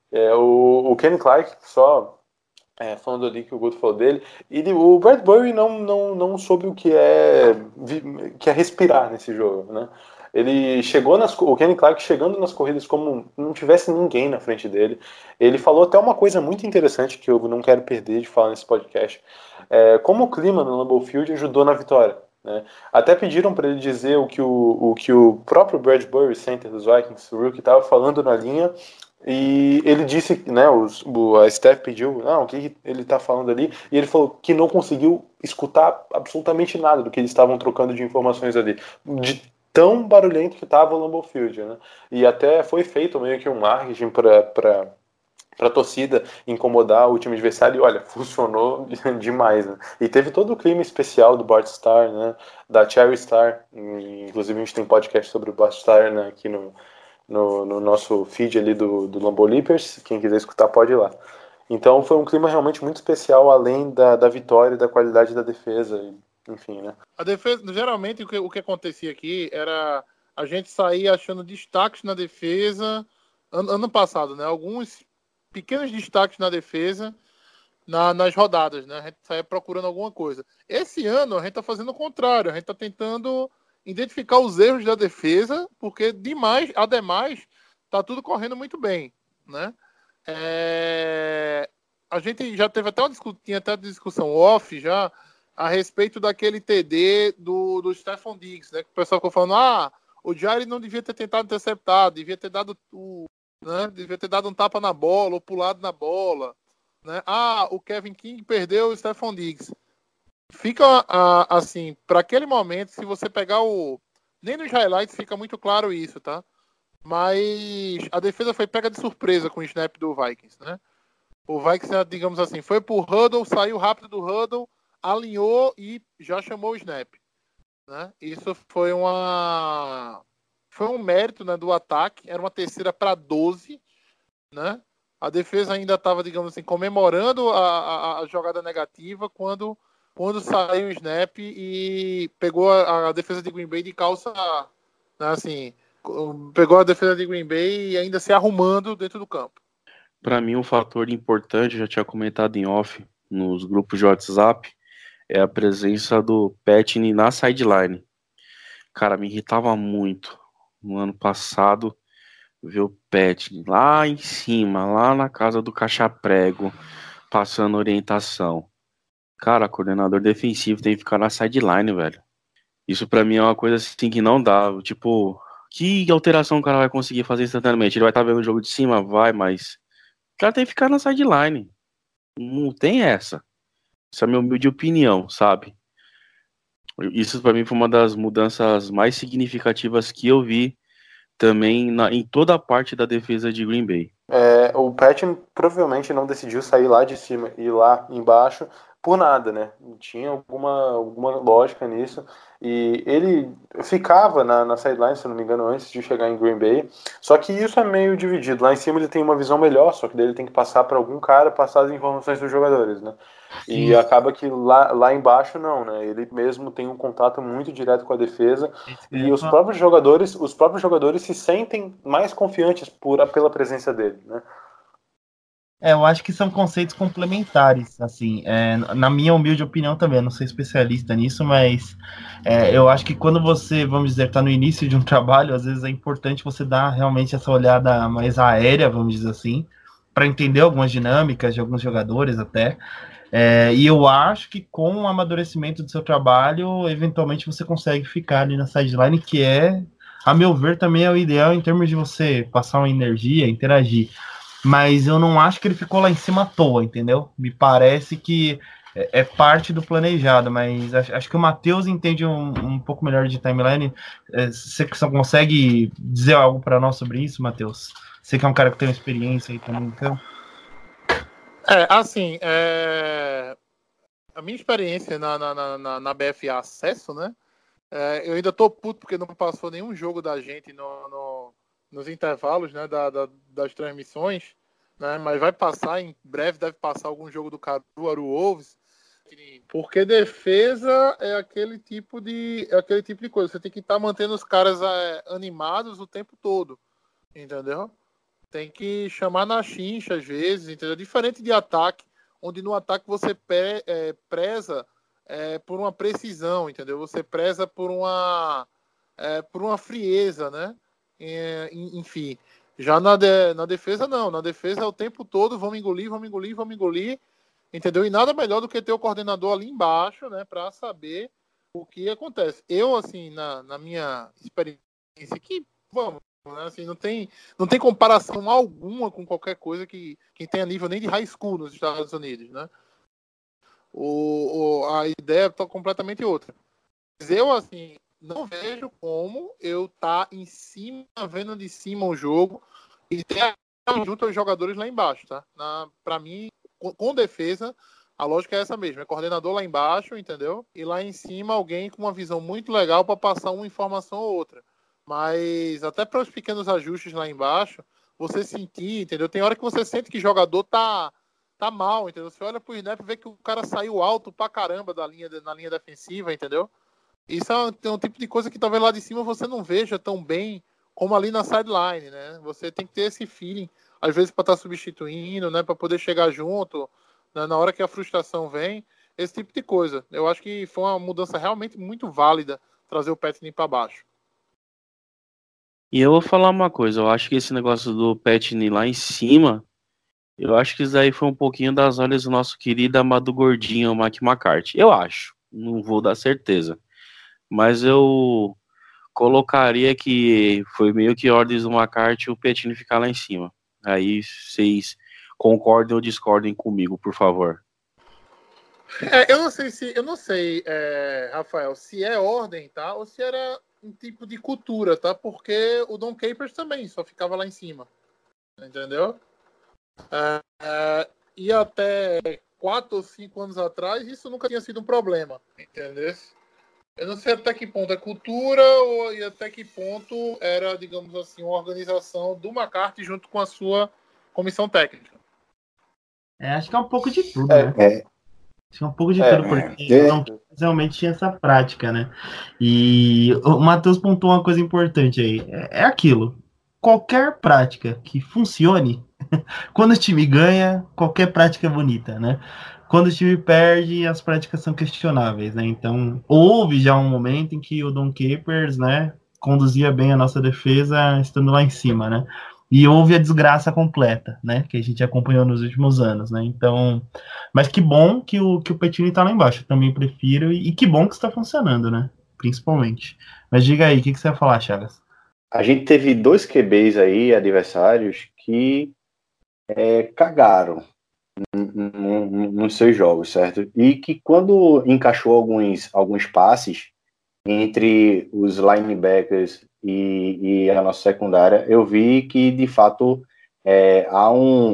O Kenny Clark, só falando ali que o Guto falou dele, o Bradbury não soube o que é respirar nesse jogo, né? Ele chegou o Kenny Clark chegando nas corridas como não tivesse ninguém na frente dele. Ele falou até uma coisa muito interessante que eu não quero perder de falar nesse podcast. Como o clima no Lambeau Field ajudou na vitória, né? Até pediram para ele dizer o que o próprio Bradbury, center dos Vikings, o Rookie, estava falando na linha. E ele disse, né, a Steph pediu, o que ele tá falando ali, e ele falou que não conseguiu escutar absolutamente nada do que eles estavam trocando de informações ali, de tão barulhento que tava o Lambeau Field, né? E até foi feito meio que um marketing para a torcida incomodar o time adversário, e olha, funcionou demais, né? E teve todo o clima especial do Bart Starr, né, da Cherry Starr, inclusive a gente tem podcast sobre o Bart Starr, né, aqui no nosso feed ali do Lambeau Leapers, quem quiser escutar pode ir lá. Então foi um clima realmente muito especial, além da vitória e da qualidade da defesa, enfim, né? A defesa, geralmente o que acontecia aqui era a gente sair achando destaques na defesa, ano passado, né? Alguns pequenos destaques na defesa nas rodadas, né? A gente saía procurando alguma coisa. Esse ano a gente tá fazendo o contrário, a gente tá tentando identificar os erros da defesa, porque ademais, tá tudo correndo muito bem, né? A gente já teve tinha até discussão off já a respeito daquele TD do Stephon Diggs, né? Que o pessoal ficou falando, o Jair não devia ter tentado interceptar, devia ter dado um tapa na bola ou pulado na bola, né? O Kevin King perdeu o Stephon Diggs. Fica assim, para aquele momento, se você pegar nem nos highlights fica muito claro isso, tá? Mas a defesa foi pega de surpresa com o snap do Vikings, né? O Vikings, digamos assim, foi pro huddle, saiu rápido do huddle, alinhou e já chamou o snap, né? Isso foi um mérito, né, do ataque. Era uma terceira para 12, né? A defesa ainda estava, digamos assim, comemorando a jogada negativa quando saiu o snap e pegou a defesa de Green Bay de calça, né, assim, pegou a defesa de Green Bay e ainda se arrumando dentro do campo. Para mim, um fator importante, eu já tinha comentado em off nos grupos de WhatsApp, é a presença do Petney na sideline. Cara, me irritava muito no ano passado ver o Petney lá em cima, lá na casa do caixa-prego, passando orientação. Cara, coordenador defensivo tem que ficar na sideline, velho. Isso pra mim é uma coisa assim que não dá. Tipo, que alteração o cara vai conseguir fazer instantaneamente? Ele vai estar vendo o jogo de cima? Vai, mas o cara tem que ficar na sideline. Não tem essa. Essa é a minha humilde opinião, sabe? Isso pra mim foi uma das mudanças mais significativas que eu vi também em toda a parte da defesa de Green Bay. O Patton provavelmente não decidiu sair lá de cima e ir lá embaixo por nada, né? Tinha alguma lógica nisso. E ele ficava na sideline, se não me engano, antes de chegar em Green Bay. Só que isso é meio dividido. Lá em cima ele tem uma visão melhor, só que daí ele tem que passar para algum cara passar as informações dos jogadores, né? E acaba que lá embaixo não, né? Ele mesmo tem um contato muito direto com a defesa e os próprios jogadores se sentem mais confiantes pela presença dele, né? Eu acho que são conceitos complementares, assim, na minha humilde opinião também, eu não sou especialista nisso, mas eu acho que quando você, vamos dizer, está no início de um trabalho, às vezes é importante você dar realmente essa olhada mais aérea, vamos dizer assim, para entender algumas dinâmicas de alguns jogadores até, e eu acho que com o amadurecimento do seu trabalho, eventualmente você consegue ficar ali na sideline, que a meu ver, também é o ideal em termos de você passar uma energia, interagir. Mas eu não acho que ele ficou lá em cima à toa, entendeu? Me parece que é parte do planejado, mas acho que o Matheus entende um pouco melhor de timeline. Você consegue dizer algo para nós sobre isso, Matheus? Você que é um cara que tem uma experiência aí também, então. Assim, a minha experiência na BFA Acesso, né? Eu ainda tô puto porque não passou nenhum jogo da gente nos intervalos, né, das transmissões, né, mas vai passar, em breve deve passar algum jogo do Caruaru Wolves, porque defesa é aquele tipo de coisa, você tem que estar mantendo os caras animados o tempo todo, entendeu? Tem que chamar na chincha às vezes, entendeu? Diferente de ataque, onde no ataque você preza por uma precisão, entendeu? Você preza por uma frieza, né? Enfim, já na defesa não, na defesa é o tempo todo, vamos engolir, entendeu? E nada melhor do que ter o coordenador ali embaixo, né, para saber o que acontece. Eu, assim, na minha experiência aqui, vamos, né, assim, não tem comparação alguma com qualquer coisa que tenha nível nem de high school nos Estados Unidos, né? A ideia é completamente outra. Mas eu, assim, não vejo como eu em cima, vendo de cima o jogo e ter junto aos jogadores lá embaixo, tá? Pra mim, com defesa, a lógica é essa mesmo. É coordenador lá embaixo, entendeu? E lá em cima alguém com uma visão muito legal para passar uma informação ou outra. Mas até para os pequenos ajustes lá embaixo, você sentir, entendeu? Tem hora que você sente que o jogador tá mal, entendeu? Você olha pro snap e vê que o cara saiu alto pra caramba na linha defensiva, entendeu? Isso é um tipo de coisa que talvez lá de cima você não veja tão bem como ali na sideline, né? Você tem que ter esse feeling, às vezes para estar substituindo, né? Para poder chegar junto, né? Na hora que a frustração vem, esse tipo de coisa. Eu acho que foi uma mudança realmente muito válida trazer o Patton para baixo. E eu vou falar uma coisa, eu acho que esse negócio do Patton lá em cima, eu acho que isso aí foi um pouquinho das olhas do nosso querido amado gordinho, o Mike McCarthy. Eu acho, não vou dar certeza. Mas eu colocaria que foi meio que ordens do McCarthy o Patton ficar lá em cima. Aí vocês concordem ou discordem comigo, por favor. Eu não sei, Rafael, se é ordem, tá? Ou se era um tipo de cultura, tá? Porque o Dom Capers também só ficava lá em cima. Entendeu? E até 4 ou 5 anos atrás, isso nunca tinha sido um problema. Entendeu? Eu não sei até que ponto é cultura e até que ponto era, digamos assim, uma organização do McCarthy junto com a sua comissão técnica. Acho que é um pouco de tudo, né? Acho que é um pouco de tudo, porque não realmente tinha essa prática, né? E o Matheus pontuou uma coisa importante aí. É aquilo. Qualquer prática que funcione, quando o time ganha, qualquer prática é bonita, né? Quando o time perde, as práticas são questionáveis, né? Então, houve já um momento em que o Dom Capers, né, conduzia bem a nossa defesa estando lá em cima, né? E houve a desgraça completa, né? Que a gente acompanhou nos últimos anos, né? Então, mas que bom que o Petini tá lá embaixo. Eu também prefiro. E que bom que está funcionando, né? Principalmente. Mas diga aí, o que você vai falar, Chagas? A gente teve 2 QBs aí, adversários, que cagaram nos seus jogos, certo? E que quando encaixou alguns passes entre os linebackers e a nossa secundária, eu vi que, de fato, há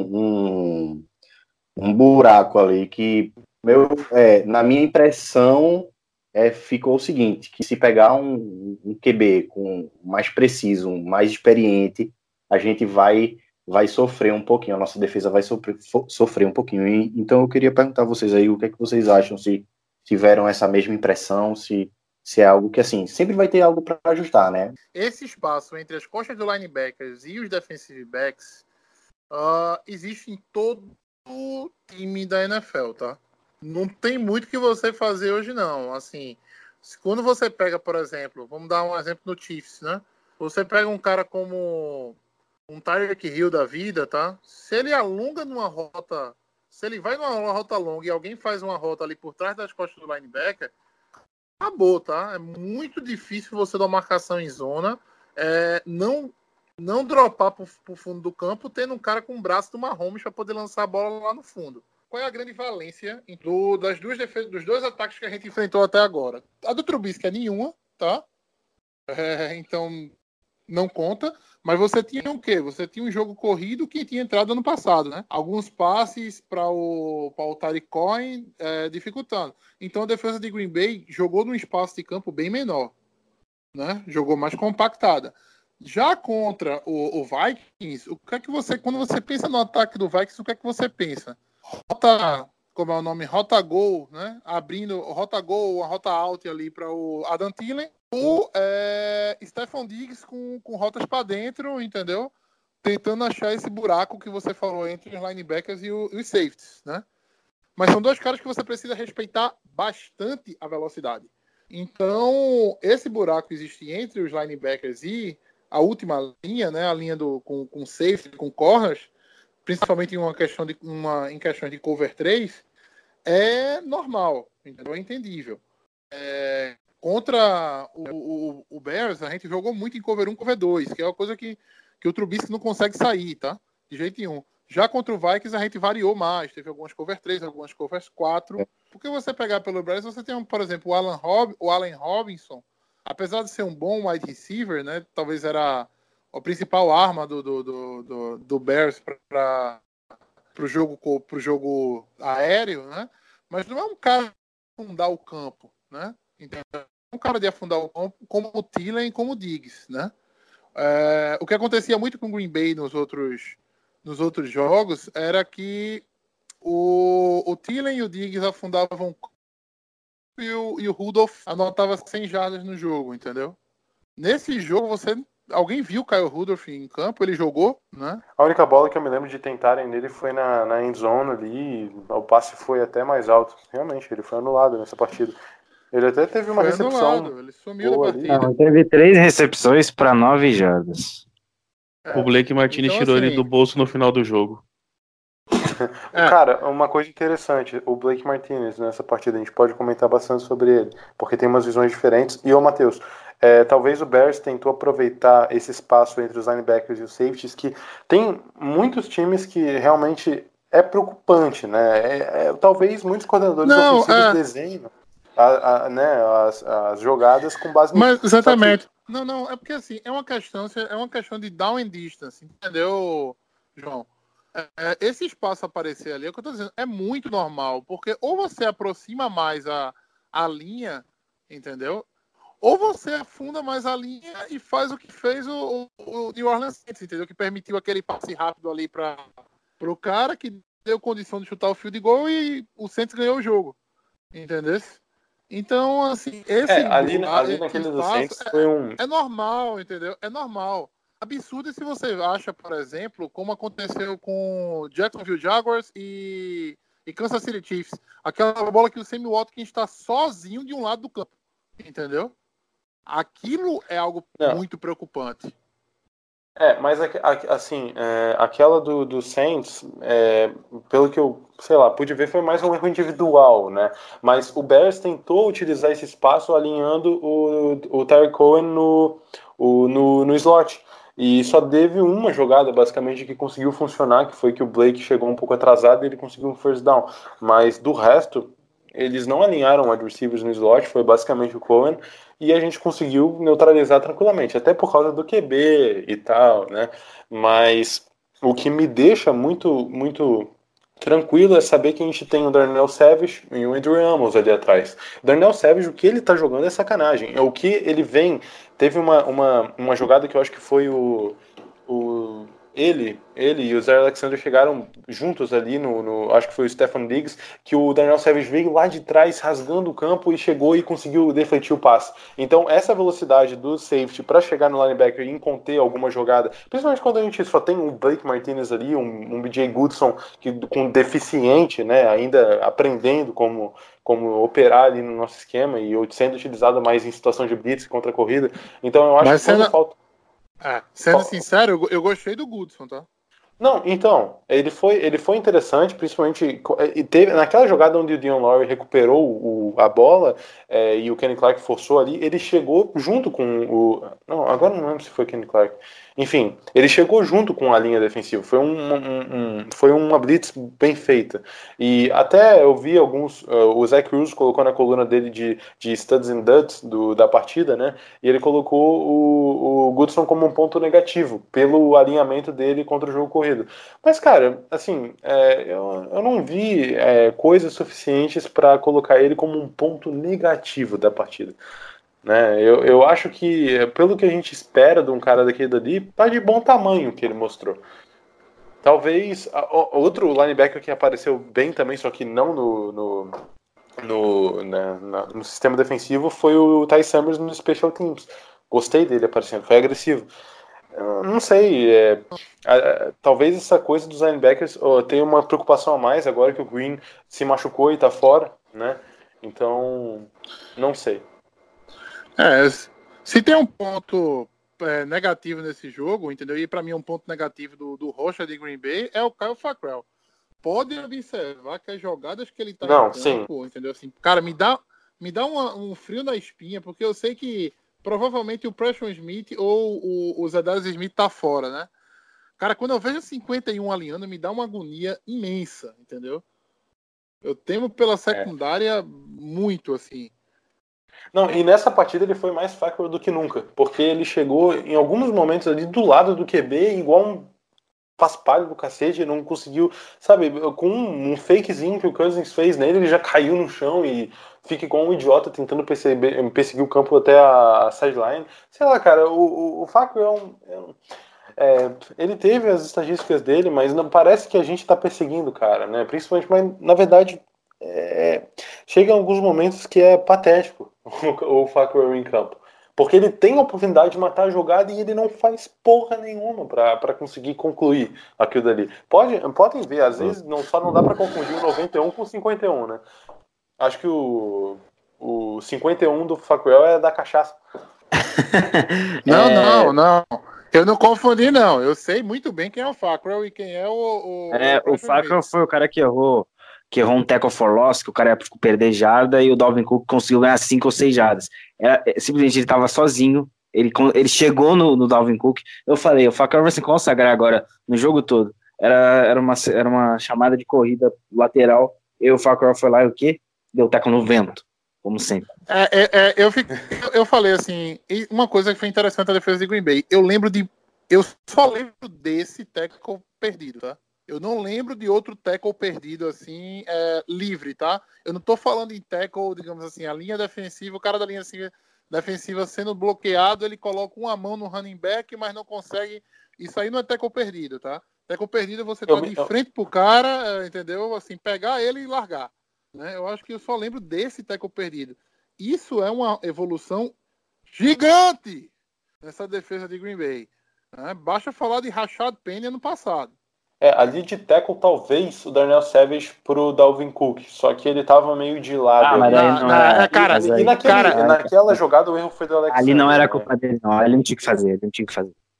um buraco ali que, na minha impressão, ficou o seguinte, que se pegar um QB mais preciso, mais experiente, a gente vai sofrer um pouquinho, a nossa defesa vai sofrer um pouquinho. Então eu queria perguntar a vocês aí, o que é que vocês acham, se tiveram essa mesma impressão, se é algo que, assim, sempre vai ter algo para ajustar, né? Esse espaço entre as costas do linebackers e os defensive backs existe em todo o time da NFL, tá? Não tem muito que você fazer hoje, não. Assim, quando você pega, por exemplo, vamos dar um exemplo no Chiefs, né? Você pega um cara como um Tyreek Hill da vida, tá? Se ele alonga numa rota, se ele vai numa rota longa e alguém faz uma rota ali por trás das costas do linebacker, acabou, tá? É muito difícil você dar uma marcação em zona, não dropar pro fundo do campo, tendo um cara com o braço do Mahomes para poder lançar a bola lá no fundo. Qual é a grande valência dos dois ataques que a gente enfrentou até agora? A do Trubisky é nenhuma, tá? Então não conta. Mas você tinha o quê? Você tinha um jogo corrido que tinha entrado ano passado, né? Alguns passes para o Tariq Cohen dificultando. Então a defesa de Green Bay jogou num espaço de campo bem menor, né? Jogou mais compactada. Já contra o Vikings, o que é que quando você pensa no ataque do Vikings, o que é que você pensa? Como é o nome? Rota Gol, né? Abrindo Rota Gol, a Rota Out ali para o Adam Thielen. O Stephon Diggs com rotas para dentro, entendeu? Tentando achar esse buraco que você falou entre os linebackers e os safeties, né? Mas são dois caras que você precisa respeitar bastante a velocidade. Então, esse buraco existe entre os linebackers e a última linha, né? A linha com safety, com corners, principalmente em questões de cover 3, é normal, entendeu? É entendível. Contra o Bears, a gente jogou muito em cover 1, cover 2, que é uma coisa que o Trubisky não consegue sair, tá? De jeito nenhum. Já contra o Vikings, a gente variou mais. Teve algumas cover 3, algumas covers 4. Porque você pegar pelo Bears, você tem, por exemplo, o Allen Robinson, apesar de ser um bom wide receiver, né? Talvez era a principal arma do Bears para o jogo aéreo, né? Mas não é um cara de afundar o campo, né? Então, é um cara de afundar o campo como o Thielen e como o Diggs, né? O que acontecia muito com o Green Bay nos outros jogos era que o Thielen e o Diggs afundavam o campo e o Rudolph anotava 100 jardas no jogo, entendeu? Nesse jogo, alguém viu o Kyle Rudolph em campo? Ele jogou, né? A única bola que eu me lembro de tentarem nele foi na end zone ali, o passe foi até mais alto. Realmente, ele foi anulado nessa partida. Ele até teve uma recepção. Anulado, ele sumiu da partida. Não, teve 3 recepções para 9 jardas. O Blake Martinez então, tirou assim, ele do bolso no final do jogo. Cara, uma coisa interessante, o Blake Martinez nessa partida, a gente pode comentar bastante sobre ele, porque tem umas visões diferentes. E, Matheus, talvez o Bears tentou aproveitar esse espaço entre os linebackers e os safeties, que tem muitos times que realmente é preocupante, né? Talvez muitos coordenadores ofensivos desenham as jogadas com base nisso. Mas, exatamente. Não, é porque assim, é uma questão de down and distance, entendeu, João? Esse espaço aparecer ali, é o que eu tô dizendo, é muito normal, porque ou você aproxima mais a linha, entendeu? Ou você afunda mais a linha e faz o que fez o New Orleans Saints, entendeu? Que permitiu aquele passe rápido ali para o cara, que deu condição de chutar o field goal e o Saints ganhou o jogo, entendeu? Então, assim, ali naquele do Saints foi é normal, entendeu? É normal. Absurdo se você acha, por exemplo, como aconteceu com Jacksonville Jaguars e Kansas City Chiefs. Aquela bola que o Sammy Watkins está sozinho de um lado do campo. Entendeu? Aquilo é algo muito preocupante. Mas assim, aquela do Saints, pelo que eu, sei lá, pude ver, foi mais um erro individual, né? Mas o Bears tentou utilizar esse espaço alinhando o Tyreek Cohen no slot. E só teve uma jogada, basicamente, que conseguiu funcionar, que foi que o Blake chegou um pouco atrasado e ele conseguiu um first down. Mas do resto, eles não alinharam wide receivers no slot, foi basicamente o Cohen, e a gente conseguiu neutralizar tranquilamente, até por causa do QB e tal, né? Mas o que me deixa muito, muito tranquilo é saber que a gente tem o Darnell Savage e o Andrew Amos ali atrás. O Darnell Savage, o que ele tá jogando é sacanagem. É o que ele vem. Teve uma jogada que eu acho que foi ele e o Zé Alexander chegaram juntos ali acho que foi o Stefan Diggs, que o Darnell Savage veio lá de trás rasgando o campo e chegou e conseguiu defletir o passe. Então essa velocidade do safety para chegar no linebacker e conter alguma jogada, principalmente quando a gente só tem um Blake Martinez ali, um BJ Goodson com deficiente, né, ainda aprendendo como operar ali no nosso esquema e sendo utilizado mais em situação de blitz contra a corrida. Então eu acho que quando falta... Sendo sincero, eu gostei do Goodson, tá? Não, então, ele foi interessante, principalmente teve naquela jogada onde o Dion Lowry recuperou a bola e o Kenny Clark forçou ali, ele chegou junto com não, agora não lembro se foi Kenny Clark. Enfim, ele chegou junto com a linha defensiva. Foi uma blitz bem feita. E até eu vi alguns. O Zach Cruz colocou na coluna dele de Studs and Duds da partida, né? E ele colocou o Goodson como um ponto negativo, pelo alinhamento dele contra o jogo corrido. Mas, cara, assim, eu não vi coisas suficientes para colocar ele como um ponto negativo da partida. Né? Eu acho que, pelo que a gente espera de um cara daquele dali, tá de bom tamanho que ele mostrou. Talvez outro linebacker que apareceu bem também, só que não no sistema defensivo, foi o Ty Summers no Special Teams. Gostei dele aparecendo, foi agressivo. Eu não sei, talvez essa coisa dos linebackers tenha uma preocupação a mais agora que o Green se machucou e tá fora, né? Então, não sei. Se tem um ponto negativo nesse jogo, entendeu? E para mim um ponto negativo do Rocha de Green Bay é o Kyle Fackrell. Pode observar que as jogadas que ele tá no campo, entendeu? Assim, cara, me dá um frio na espinha, porque eu sei que provavelmente o Preston Smith ou o Zedarius Smith tá fora, né? Cara, quando eu vejo 51 alinhando, me dá uma agonia imensa, entendeu? Eu temo pela secundária muito, assim. Não, e nessa partida ele foi mais fraco do que nunca, porque ele chegou em alguns momentos ali do lado do QB, igual um paspalho do cacete, não conseguiu, sabe, com um fakezinho que o Cousins fez nele, ele já caiu no chão e fica igual um idiota tentando perseguir o campo até a sideline. Sei lá, cara, o Faco ele teve as estatísticas dele, mas não parece que a gente tá perseguindo o cara, né? Principalmente, mas na verdade chega em alguns momentos que é patético o Fackrell em campo, porque ele tem a oportunidade de matar a jogada e ele não faz porra nenhuma para conseguir concluir aquilo dali. Podem ver, às vezes só não dá para confundir o 91 com o 51, né? Acho que o 51 do Fackrell é da cachaça. Não. Eu não confundi, não. Eu sei muito bem quem é o Fackrell e quem é o Fackrell foi o cara que errou um tackle for loss, que o cara ia perder jarda e o Dalvin Cook conseguiu ganhar 5 ou 6 jardas. Simplesmente ele tava sozinho, ele chegou no Dalvin Cook. Eu falei, o Fackrell vai se consagrar agora no jogo todo. Era uma chamada de corrida lateral, e o Fackrell foi lá e o quê? Deu tackle no vento, como sempre. Eu falei assim, uma coisa que foi interessante a defesa de Green Bay, eu só lembro desse tackle perdido, tá? Eu não lembro de outro tackle perdido assim, livre, tá? Eu não tô falando em tackle, digamos assim, a linha defensiva, o cara da linha defensiva sendo bloqueado, ele coloca uma mão no running back, mas não consegue. Isso aí não é tackle perdido, tá? Tackle perdido é você tá de frente pro cara, entendeu? Assim, pegar ele e largar. Né? Eu acho que eu só lembro desse tackle perdido. Isso é uma evolução gigante nessa defesa de Green Bay. Né? Basta falar de Rashad Penny ano passado. Ali de tackle, talvez o Darnell Savage pro Dalvin Cook, só que ele tava meio de lado. Mas aí não era. Naquela jogada o erro foi do Alex. Ali não era culpa dele, não. Ele não tinha que fazer,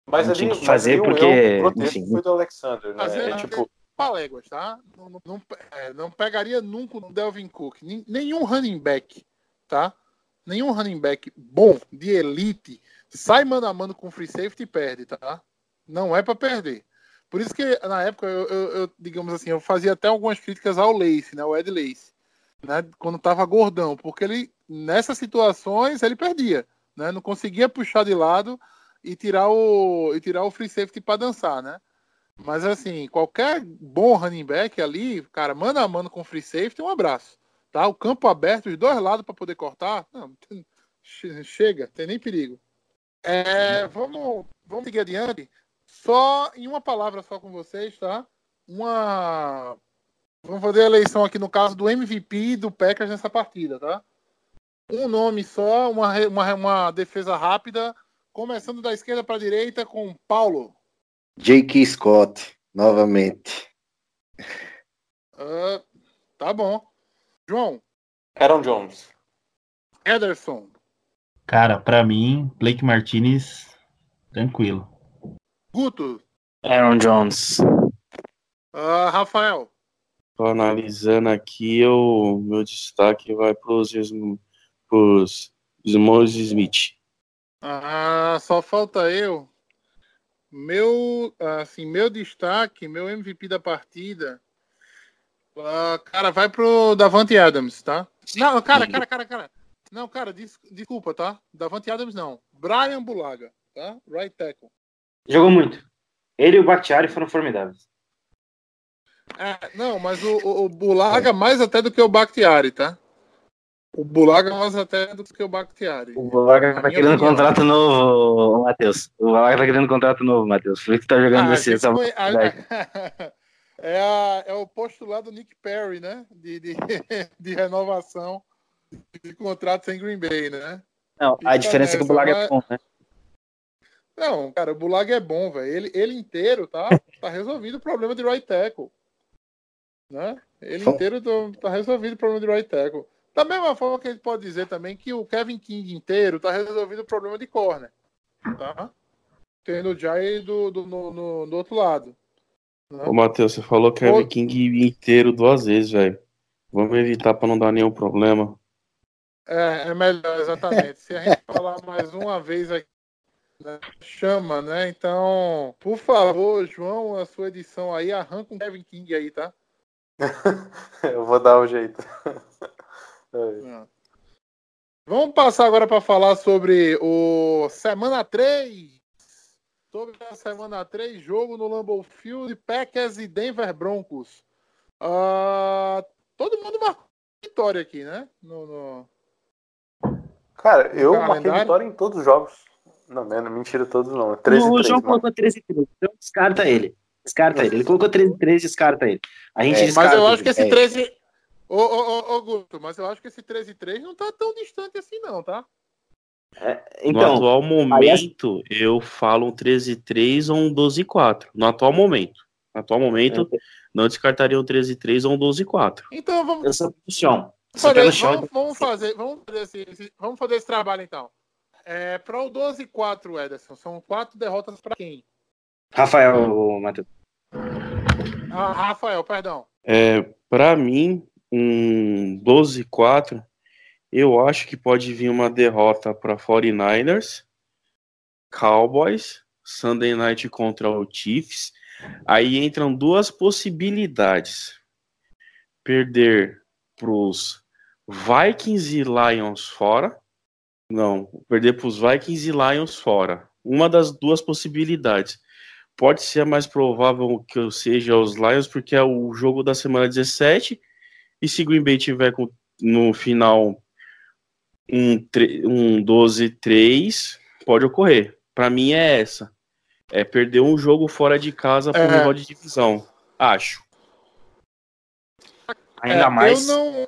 Mas Não ali, tinha que fazer mas ali porque, o erro grotesco enfim. foi do Alexander, né? Fazer Tipo, paléguas, tá? Não pegaria nunca o Delvin Cook. Nenhum running back, tá? Nenhum running back bom, de elite, sai mano a mano com free safety e perde, tá? Não é para perder. Por isso que, na época, eu, digamos assim, eu fazia até algumas críticas ao Lace, né? O Ed Lace, né? Quando tava gordão, porque ele, nessas situações, ele perdia, né? Não conseguia puxar de lado e tirar o free safety para dançar, né? Mas assim, qualquer bom running back ali, cara, mano a mano com free safety, um abraço. Tá? O campo aberto, os dois lados para poder cortar, não, chega, tem nem perigo. Vamos seguir adiante. Só em uma palavra só com vocês, tá? Vamos fazer a eleição aqui no caso do MVP do Packers nessa partida, tá? Um nome só, uma defesa rápida, começando da esquerda para a direita com Paulo. J.K. Scott, novamente. Tá bom. João. Aaron Jones. Ederson. Cara, pra mim, Blake Martinez, tranquilo. Guto. Aaron Jones. Rafael. Tô analisando aqui, meu destaque vai pros Small Smith. Só falta eu. Meu destaque, meu MVP da partida, cara, vai pro Davante Adams, tá? Não, cara. Não, cara, desculpa, tá? Davante Adams não. Brian Bulaga, tá? Right tackle. Jogou muito. Ele e o Bakhtiari foram formidáveis. Não, mas o Bulaga mais até do que o Bakhtiari, tá? O Bulaga mais até do que o Bakhtiari. O Bulaga tá querendo contrato novo, Matheus. O Bulaga tá querendo contrato novo, Matheus. Por isso que tá jogando essa oportunidade. É o postulado Nick Perry, né? De renovação de contratos em Green Bay, né? Não, a diferença é que o Bulaga é bom, né? Não, cara, o Bulaga é bom, velho. Ele inteiro tá resolvido o problema de right tackle. Né? Ele inteiro tá resolvido o problema de right tackle. Da mesma forma que a gente pode dizer também que o Kevin King inteiro tá resolvido o problema de corner. Tá? Tendo o Jai no outro lado. Né? Ô, Matheus, você falou Kevin King inteiro 2 vezes, velho. Vamos evitar pra não dar nenhum problema. É melhor, exatamente. Se a gente falar mais uma vez aqui, né, chama, né? Então, por favor, João, a sua edição aí, arranca um Kevin King aí, tá? Eu vou dar o jeito. Vamos passar agora para falar sobre o Semana 3. Sobre a Semana 3, jogo no Lambeau Field, Packers e Denver Broncos. Todo mundo marcou vitória aqui, né? Cara, eu marquei vitória em todos os jogos. Não, mentira, todos não. 13-3. O João colocou 13-3, então descarta ele. Ele colocou 13-3, descarta ele. A gente descarta. Mas eu acho que esse 13... Ô, Guto, mas eu acho que esse 13-3 não tá tão distante assim não, tá? Então, no atual momento, eu falo um 13-3 ou um 12-4. No atual momento. Não descartaria um 13-3 ou um 12-4. Então vamos... Eu sou pro chão. Vamos fazer esse trabalho então. Para o 12-4, Ederson, são 4 derrotas para quem? Rafael, Matheus. Rafael, perdão. Para mim, um 12-4, eu acho que pode vir uma derrota para 49ers, Cowboys, Sunday Night contra o Chiefs. Aí entram 2 possibilidades. Perder para os Vikings e Lions fora. Não, perder para os Vikings e Lions fora. Uma das 2 possibilidades. Pode ser a mais provável que eu seja os Lions, porque é o jogo da semana 17. E se Green Bay tiver no final um 12-3, pode ocorrer. Para mim é essa. É perder um jogo fora de casa para um rival de divisão. Acho. Ainda mais.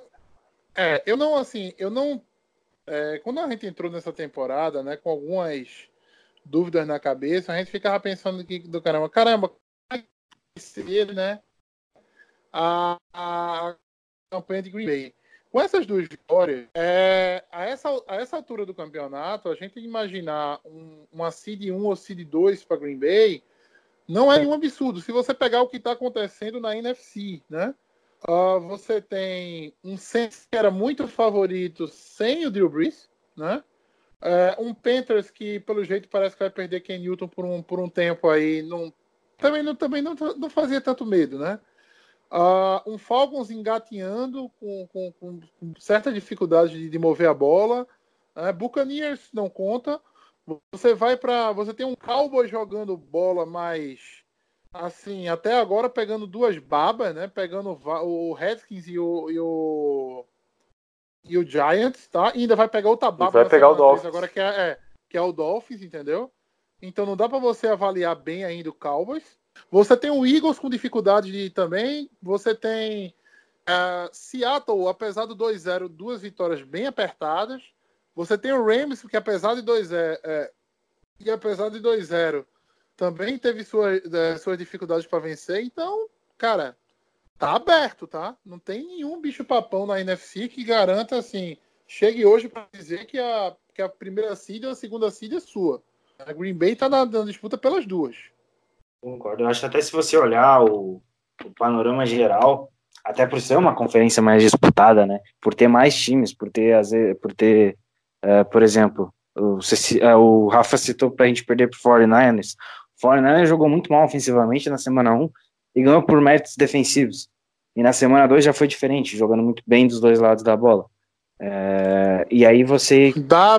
Quando a gente entrou nessa temporada, né, com algumas dúvidas na cabeça, a gente ficava pensando do caramba, como é que vai ser, né, a campanha de Green Bay. Com essas duas vitórias, a essa altura do campeonato, a gente imaginar uma seed 1 ou seed 2 para Green Bay não é um absurdo. Se você pegar o que está acontecendo na NFC, né? Você tem um Saints que era muito favorito sem o Drew Brees, né? Um Panthers que, pelo jeito, parece que vai perder Ken Newton por um tempo aí. Também não fazia tanto medo, né? Um Falcons engatinhando com certa dificuldade de mover a bola. Buccaneers não conta. Você tem um Cowboys jogando bola, mas assim, até agora pegando duas babas, né? Pegando o Redskins e o Giants, tá? E ainda vai pegar outra baba. Vai pegar o Dolphins agora, que é o Dolphins, entendeu? Então não dá para você avaliar bem ainda o Cowboys. Você tem o Eagles com dificuldade também. Você tem Seattle, apesar do 2-0, duas vitórias bem apertadas. Você tem o Rams, que apesar de 2-0, também teve suas dificuldades para vencer. Então, cara, tá aberto, tá? Não tem nenhum bicho-papão na NFC que garanta, assim, chegue hoje para dizer que a primeira seed ou a segunda seed é sua. A Green Bay tá na disputa pelas duas. Concordo. Eu acho que até se você olhar o panorama geral, até por ser uma conferência mais disputada, né? Por ter mais times, por ter por exemplo, o Rafa citou pra gente perder pro 49ers. O 49ers jogou muito mal ofensivamente na semana 1 e ganhou por méritos defensivos. E na semana 2 já foi diferente, jogando muito bem dos dois lados da bola. E aí você...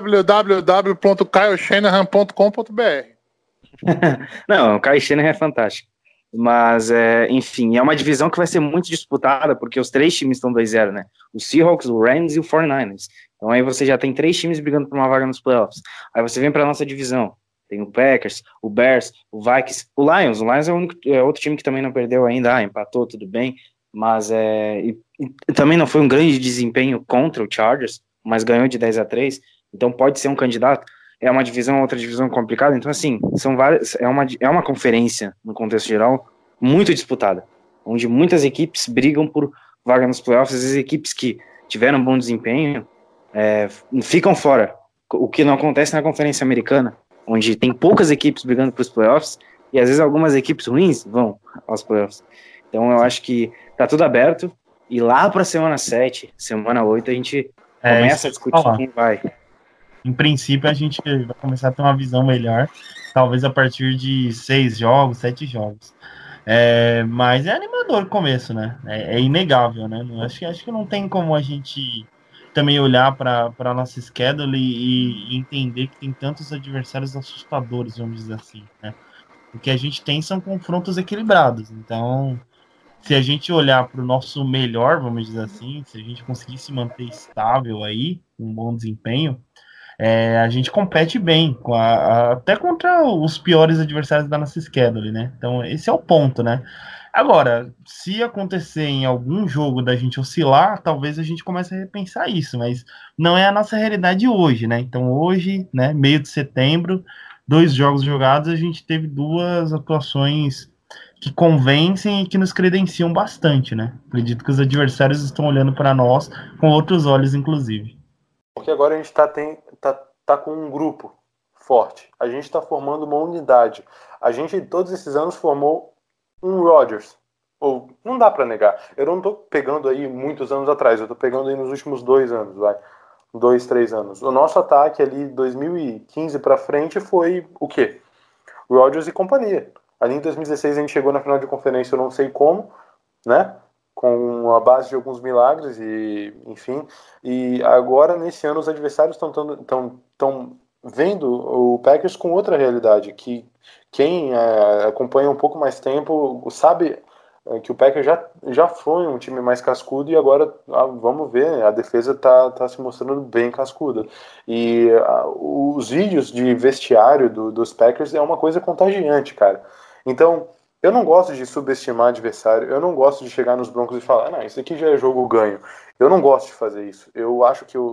www.kyleshanahan.com.br Não, o Kyle Shanahan é fantástico. Mas, enfim, é uma divisão que vai ser muito disputada, porque os três times estão 2-0, né? O Seahawks, o Rams e o 49ers. Então aí você já tem três times brigando por uma vaga nos playoffs. Aí você vem para nossa divisão. Tem o Packers, o Bears, o Vikings, o Lions. O Lions é outro time que também não perdeu ainda. Empatou, tudo bem. Mas e também não foi um grande desempenho contra o Chargers, mas ganhou de 10-3. Então pode ser um candidato. É uma divisão, outra divisão complicada. Então, assim, são várias. É uma conferência, no contexto geral, muito disputada, onde muitas equipes brigam por vaga nos playoffs. As equipes que tiveram bom desempenho ficam fora. O que não acontece na Conferência Americana, onde tem poucas equipes brigando para os playoffs e às vezes algumas equipes ruins vão aos playoffs. Então, eu acho que tá tudo aberto e lá para semana 7, semana 8, a gente começa a discutir quem vai. Em princípio, a gente vai começar a ter uma visão melhor, talvez a partir de 6 jogos, 7 jogos. Mas é animador o começo, né? É inegável, né? Acho que não tem como a gente também olhar para a nossa schedule e entender que tem tantos adversários assustadores, vamos dizer assim, né? O que a gente tem são confrontos equilibrados. Então, se a gente olhar para o nosso melhor, vamos dizer assim, se a gente conseguir se manter estável aí, com um bom desempenho, a gente compete bem, até contra os piores adversários da nossa schedule, né? Então, esse é o ponto, né? Agora, se acontecer em algum jogo da gente oscilar, talvez a gente comece a repensar isso, mas não é a nossa realidade hoje, né? Então, hoje, né, meio de setembro, 2 jogos jogados, a gente teve 2 atuações que convencem e que nos credenciam bastante, né? Acredito que os adversários estão olhando para nós com outros olhos, inclusive. Porque agora a gente tá com um grupo forte. A gente está formando uma unidade. A gente, todos esses anos, formou um Rodgers. Ou, não dá para negar. Eu não tô pegando aí muitos anos atrás. Eu tô pegando aí nos últimos 2 anos, 2, 3 anos. O nosso ataque ali, 2015 para frente, foi o quê? Rodgers e companhia. Ali em 2016 a gente chegou na final de conferência, eu não sei como, né? Com a base de alguns milagres e, enfim, e agora nesse ano os adversários estão vendo o Packers com outra realidade, que quem acompanha um pouco mais tempo sabe que o Packers já foi um time mais cascudo e agora vamos ver, a defesa tá se mostrando bem cascuda e os vídeos de vestiário dos Packers é uma coisa contagiante, cara. Então eu não gosto de subestimar adversário, eu não gosto de chegar nos Broncos e falar, não, isso aqui já é jogo ganho. Eu não gosto de fazer isso. Eu acho que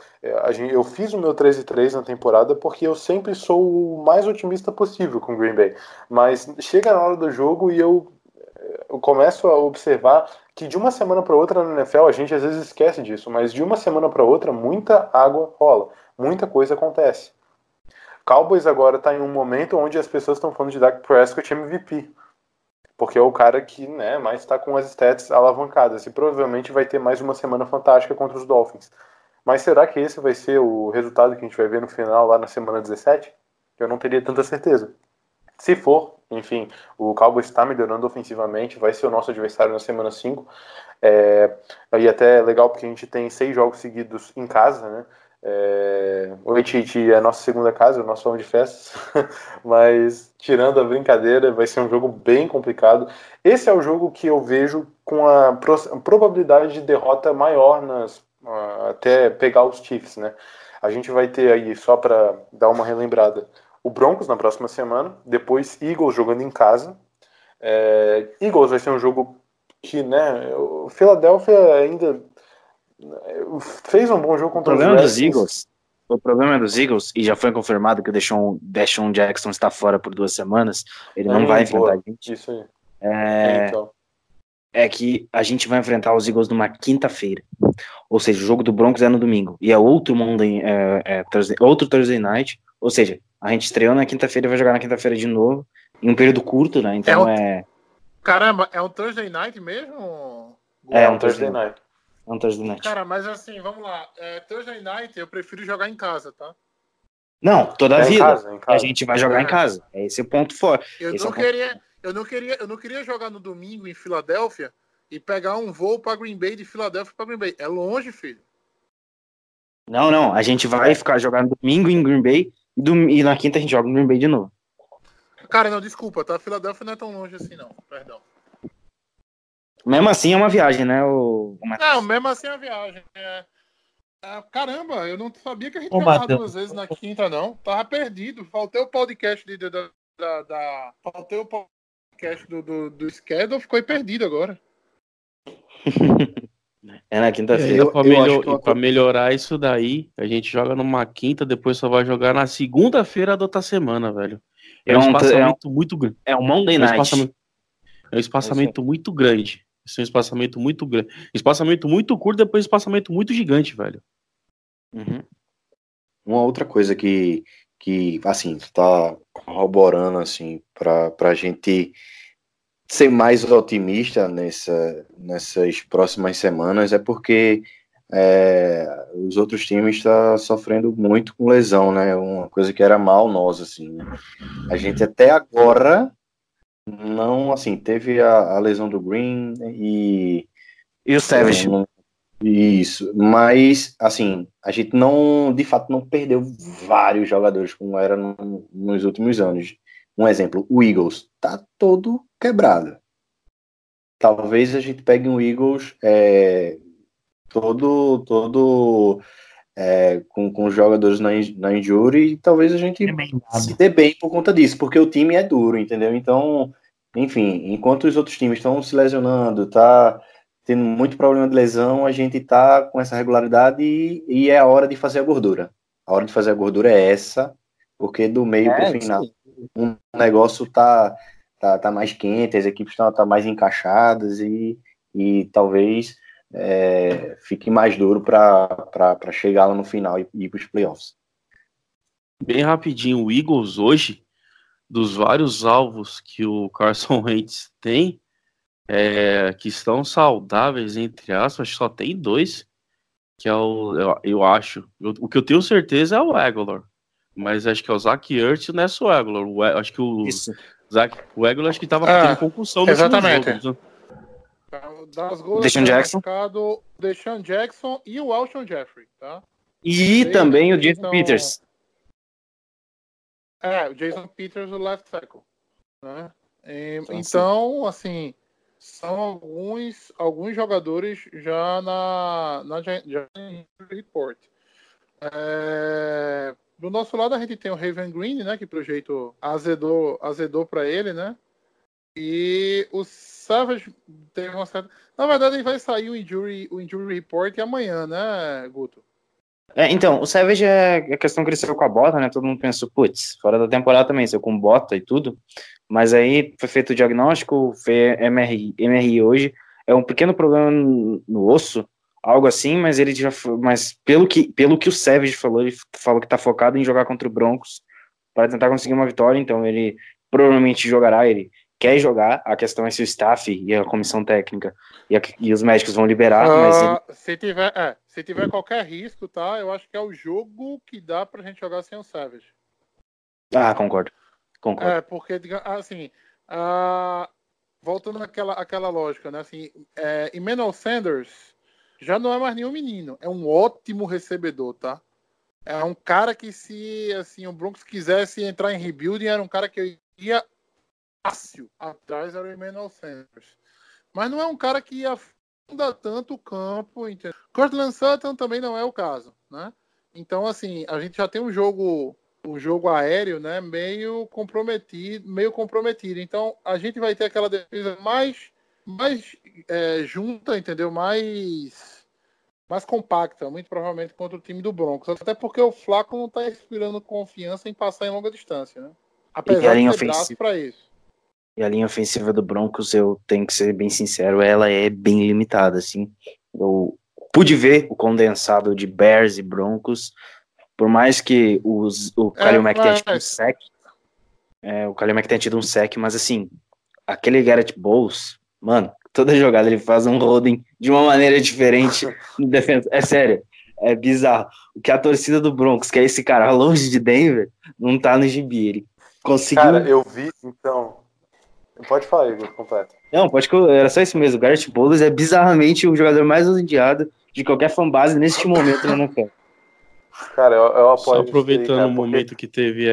eu fiz o meu 13-3 na temporada porque eu sempre sou o mais otimista possível com o Green Bay. Mas chega na hora do jogo e o eu começo a observar que de uma semana para outra na NFL a gente às vezes esquece disso, mas de uma semana para outra muita água rola, muita coisa acontece. Cowboys agora está em um momento onde as pessoas estão falando de Dak Prescott MVP, porque é o cara que, né, mais está com as stats alavancadas e provavelmente vai ter mais uma semana fantástica contra os Dolphins. Mas será que esse vai ser o resultado que a gente vai ver no final lá na semana 17? Eu não teria tanta certeza. Se for, enfim, o Cowboys está melhorando ofensivamente, vai ser o nosso adversário na semana 5. E até é legal porque a gente tem 6 jogos seguidos em casa, né? O AT&T é a nossa segunda casa, o nosso salão de festas, mas tirando a brincadeira, vai ser um jogo bem complicado. Esse é o jogo que eu vejo com a probabilidade de derrota maior até pegar os Chiefs, né? A gente vai ter aí, só para dar uma relembrada, o Broncos na próxima semana, depois Eagles jogando em casa. Eagles vai ser um jogo que, né, o Philadelphia ainda fez um bom jogo contra os Redskins. O problema dos Eagles, e já foi confirmado que o Deshaun Jackson está fora por 2 semanas, ele não vai enfrentar a gente. Isso aí. Então. É que a gente vai enfrentar os Eagles numa quinta-feira. Ou seja, o jogo do Broncos é no domingo. E é outro Thursday Night. Ou seja, a gente estreou na quinta-feira e vai jogar na quinta-feira de novo. Em um período curto, né? Então Caramba, é um Thursday Night mesmo? É um Thursday Night. É um Thursday Night. Cara, mas assim, vamos lá. Thursday Night eu prefiro jogar em casa, tá? Não, toda a vida. Em casa. A gente vai jogar em casa. É esse o ponto forte. Eu não queria jogar no domingo em Filadélfia e pegar um voo para Green Bay de Filadélfia para Green Bay. É longe, filho. Não. A gente vai ficar jogando domingo em Green Bay e na quinta a gente joga em Green Bay de novo. Cara, não, desculpa, tá? Filadélfia não é tão longe assim, não. Perdão. Mesmo assim é uma viagem, né? Não, mesmo assim é uma viagem. Caramba, eu não sabia que a gente jogava 2 vezes na quinta, não. Tava perdido. Faltei o podcast Faltei o podcast do schedule, ficou perdido agora. É na quinta-feira. Pra melhorar isso daí, a gente joga numa quinta, depois só vai jogar na segunda-feira da outra semana, velho. É um espaçamento muito grande. É um Monday Night. É um espaçamento muito grande. Isso é um espaçamento muito grande. Espaçamento muito curto, depois espaçamento muito gigante, velho. Uhum. Uma outra coisa que assim, tá corroborando, assim, pra gente ser mais otimista nessas próximas semanas é porque os outros times estão sofrendo muito com lesão, né? Uma coisa que era mal nós, assim, né? A gente até agora não, assim, teve a lesão do Green e o Savage. Isso, mas, assim, a gente não, de fato, não perdeu vários jogadores como era nos últimos anos. Um exemplo, o Eagles tá todo quebrado. Talvez a gente pegue um Eagles todo com os jogadores na injury e talvez a gente se dê bem por conta disso, porque o time é duro, entendeu? Então, enfim, enquanto os outros times estão se lesionando, tá tendo muito problema de lesão, a gente tá com essa regularidade e é a hora de fazer a gordura. A hora de fazer a gordura é essa, porque do meio pro final o negócio tá mais quente, as equipes estão mais encaixadas e talvez fique mais duro para chegar lá no final e ir para os playoffs. Bem rapidinho, o Eagles hoje, dos vários alvos que o Carson Wentz tem, que estão saudáveis, entre aspas, só tem 2, que é eu acho. O que eu tenho certeza é o Aguilar, mas acho que é o Zach Ertz e o Ness Aguilar. Acho que o Aguilar acho que estava tendo concussão no exatamente. Jogo, Das gols Deshaun Jackson e o Alshon Jeffrey, tá? E também o Jason Peters. O Jason Peters, o left tackle, né? Então, assim, são alguns jogadores já na report. Do nosso lado a gente tem o Raven Green, né? Que pro jeito azedou para ele, né? E o Savage teve uma certa... Na verdade, ele vai sair o injury report amanhã, né, Guto? Então, o Savage é a questão que ele saiu com a bota, né? Todo mundo pensou, putz, fora da temporada também, saiu com bota e tudo. Mas aí foi feito o diagnóstico, foi MRI hoje. É um pequeno problema no osso, algo assim, mas ele já mas pelo que o Savage falou, ele falou que tá focado em jogar contra o Broncos para tentar conseguir uma vitória, então ele provavelmente jogará, ele quer jogar, a questão é se o staff e a comissão técnica e os médicos vão liberar, mas ele... Se tiver qualquer risco, tá? Eu acho que é o jogo que dá pra gente jogar sem o Savage. Concordo. Porque, assim, voltando àquela lógica, né? Assim, Emmanuel Sanders já não é mais nenhum menino, é um ótimo recebedor, tá? É um cara que, se assim, o Broncos quisesse entrar em rebuilding, era um cara que eu ia fácil atrás, era o Emmanuel Sanders. Mas não é um cara que afunda tanto o campo, entendeu? Cortland Sutton também não é o caso, né? Então, assim, a gente já tem um jogo aéreo, né, meio comprometido. Então, a gente vai ter aquela defesa mais junta, entendeu? Mais compacta, muito provavelmente contra o time do Broncos. Até porque o Flacco não está inspirando confiança em passar em longa distância, né? Apesar de ter braço para isso. E a linha ofensiva do Broncos, eu tenho que ser bem sincero, ela é bem limitada, assim. Eu pude ver o condensado de Bears e Broncos, por mais que o Khalil Mack tenha tido um sec, o Khalil Mack tenha tido um sec, mas assim, aquele Garrett Bowles, mano, toda jogada ele faz um holding de uma maneira diferente no defesa. É sério, é bizarro. O que a torcida do Broncos, que é esse cara longe de Denver, não tá no gibi. Ele conseguiu... Cara, eu vi, então... Pode falar, Igor, completo. Não, era só isso mesmo. O Garrett Bowles é bizarramente o jogador mais odiado de qualquer fanbase neste momento na NFL. Cara, eu apoio. Só aproveitando aí, cara, o momento que teve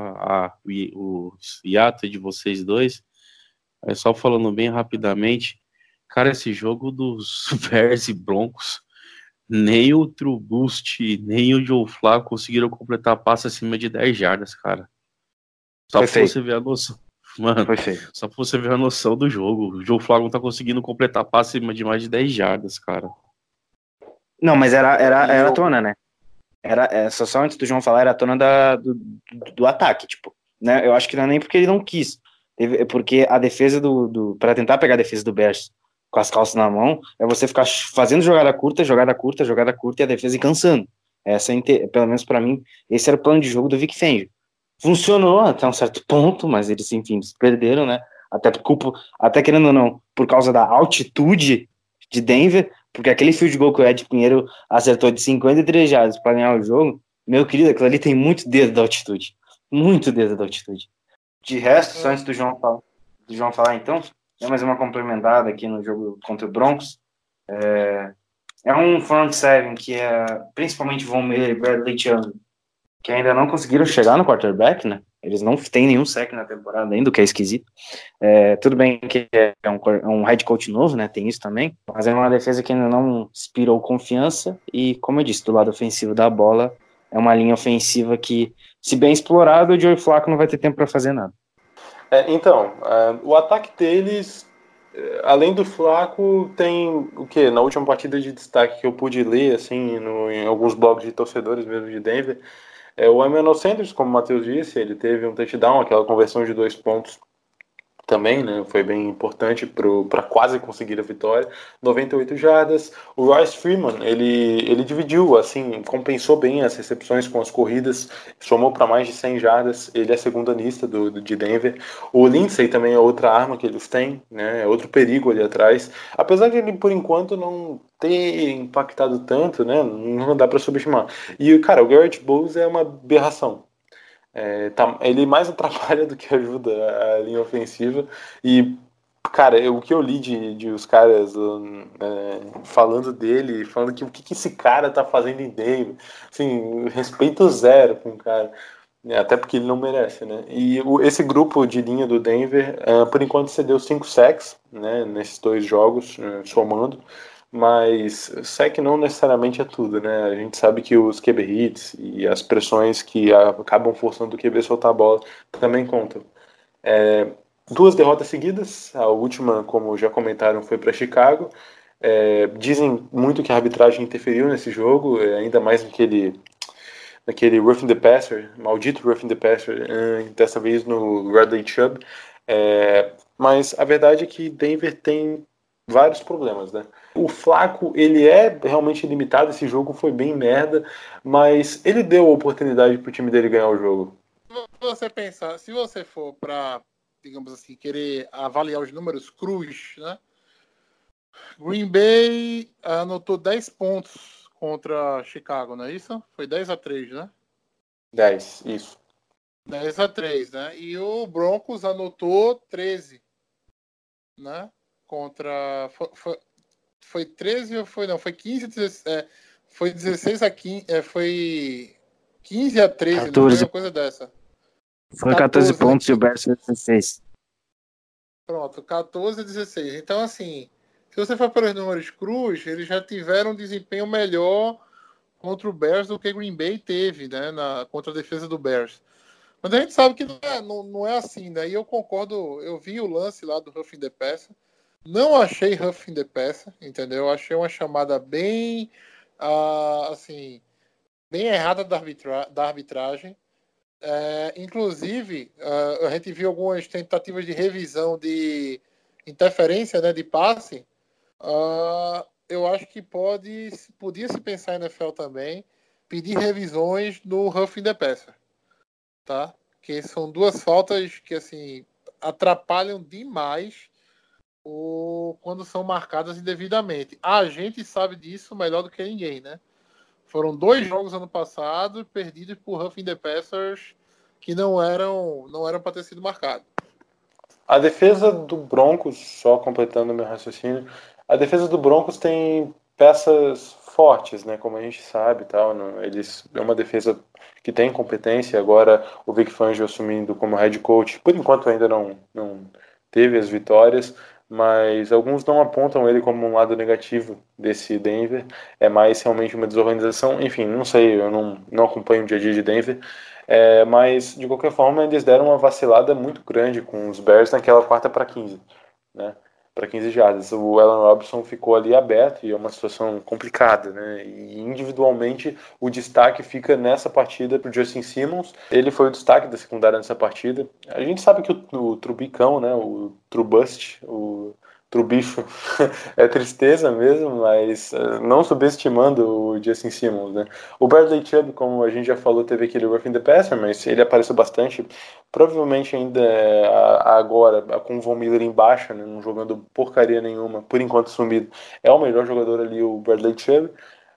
o hiato de vocês dois, só falando bem rapidamente, cara, esse jogo dos Bears e Broncos, nem o Trubisky, nem o Joe Flacco conseguiram completar a passe acima de 10 jardas, cara. Só pra você ver a noção. Mano, só pra você ver a noção do jogo. O Joe Flacco não tá conseguindo completar passe de mais de 10 jardas, cara. Não, mas era a tona, né? Só antes do João falar, era a tona do ataque, tipo, né? Eu acho que não é nem porque ele não quis. Porque a defesa pra tentar pegar a defesa do Bears com as calças na mão, é você ficar fazendo jogada curta e a defesa ir cansando. Pelo menos pra mim, esse era o plano de jogo do Vic Fangio. Funcionou até um certo ponto, mas eles, enfim, se perderam, né? Até querendo ou não, por causa da altitude de Denver, porque aquele field goal que o Ed Pinheiro acertou de 53 jardas para ganhar o jogo, meu querido, aquilo ali tem muito dedo da altitude. Muito dedo da altitude. De resto, só antes do João falar, então, é mais uma complementada aqui no jogo contra o Broncos. É um front seven que é principalmente Von Miller e Bradley Chubb, que ainda não conseguiram chegar no quarterback, né? Eles não têm nenhum sec na temporada ainda, o que é esquisito. Tudo bem que é um head coach novo, né? Tem isso também. Mas é uma defesa que ainda não inspirou confiança. E, como eu disse, do lado ofensivo da bola, é uma linha ofensiva que, se bem explorado, o Joe Flacco não vai ter tempo para fazer nada. O ataque deles, além do Flacco, tem o quê? Na última partida de destaque que eu pude ler, assim, em alguns blogs de torcedores mesmo de Denver, o Emmanuel Sanders, como o Matheus disse, ele teve um touchdown, aquela conversão de 2 pontos também, né? Foi bem importante para quase conseguir a vitória. 98 jardas. O Royce Freeman, ele dividiu, assim, compensou bem as recepções com as corridas, somou para mais de 100 jardas. Ele é segundanista de Denver. O Lindsay também é outra arma que eles têm, né? É outro perigo ali atrás. Apesar de ele, por enquanto, não ter impactado tanto, né? Não dá para subestimar. E, cara, o Garrett Bowles é uma aberração. Ele mais atrapalha do que ajuda a linha ofensiva. E, cara, o que eu li de os caras falando dele, falando que o que esse cara tá fazendo em Denver, assim, respeito zero com o cara, até porque ele não merece, né? E esse grupo de linha do Denver, por enquanto cedeu 5 sacks, né, nesses 2 jogos, somando. Mas sec não necessariamente é tudo, né? A gente sabe que os QB hits e as pressões que acabam forçando o QB a soltar a bola também contam. 2 derrotas seguidas, a última, como já comentaram, foi para Chicago. Dizem muito que a arbitragem interferiu nesse jogo, ainda mais naquele roughing the passer, maldito roughing the passer, dessa vez no Bradley Chubb. Mas a verdade é que Denver tem vários problemas, né? O Flacco, ele é realmente limitado, esse jogo foi bem merda, mas ele deu a oportunidade pro time dele ganhar o jogo. Se você pensar, se você for para, digamos assim, querer avaliar os números crus, né? Green Bay anotou 10 pontos contra Chicago, não é isso? Foi 10-3, né? 10, isso. 10-3, né? E o Broncos anotou 13, né? Contra... Foi 13 ou foi... Não, foi 15 foi 16-15... foi 15-13, 14. Não foi uma coisa dessa. Foi 14 pontos, né? E o Bears foi 16. Pronto, 14-16. Então, assim, se você for pelos números crus, eles já tiveram um desempenho melhor contra o Bears do que o Green Bay teve, né? Contra a defesa do Bears. Mas a gente sabe que não é assim, né? E eu concordo, eu vi o lance lá do roughing the passer. Não achei roughing the passer, entendeu? Achei uma chamada bem, assim, bem errada da arbitragem. Inclusive, a gente viu algumas tentativas de revisão de interferência, né, de passe. Eu acho que podia se pensar na NFL também, pedir revisões no roughing the passer, tá? Que são duas faltas que, assim, atrapalham demais quando são marcadas indevidamente. A gente sabe disso melhor do que ninguém, né? Foram 2 jogos ano passado perdidos por roughing the passers que não eram para ter sido marcados. A defesa do Broncos, só completando meu raciocínio, a defesa do Broncos tem peças fortes, né? Como a gente sabe, tal. É uma defesa que tem competência. Agora o Vic Fangio assumindo como head coach, por enquanto ainda não teve as vitórias, mas alguns não apontam ele como um lado negativo desse Denver. É mais realmente uma desorganização. Enfim, não sei, eu não acompanho o dia a dia de Denver. Mas de qualquer forma eles deram uma vacilada muito grande com os Bears naquela 4ª para 15, né? Para 15 jardas. O Allen Robinson ficou ali aberto e é uma situação complicada, né? E individualmente o destaque fica nessa partida para o Justin Simmons. Ele foi o destaque da secundária nessa partida. A gente sabe que o Trubicão, né? O Trubust, o Trubicho é tristeza mesmo, mas não subestimando o Justin Simmons, né? O Bradley Chubb, como a gente já falou, teve aquele roughing the passer, mas ele apareceu bastante. Provavelmente ainda agora, com o Von Miller em baixa, né, não jogando porcaria nenhuma, por enquanto sumido, é o melhor jogador ali, o Bradley Chubb.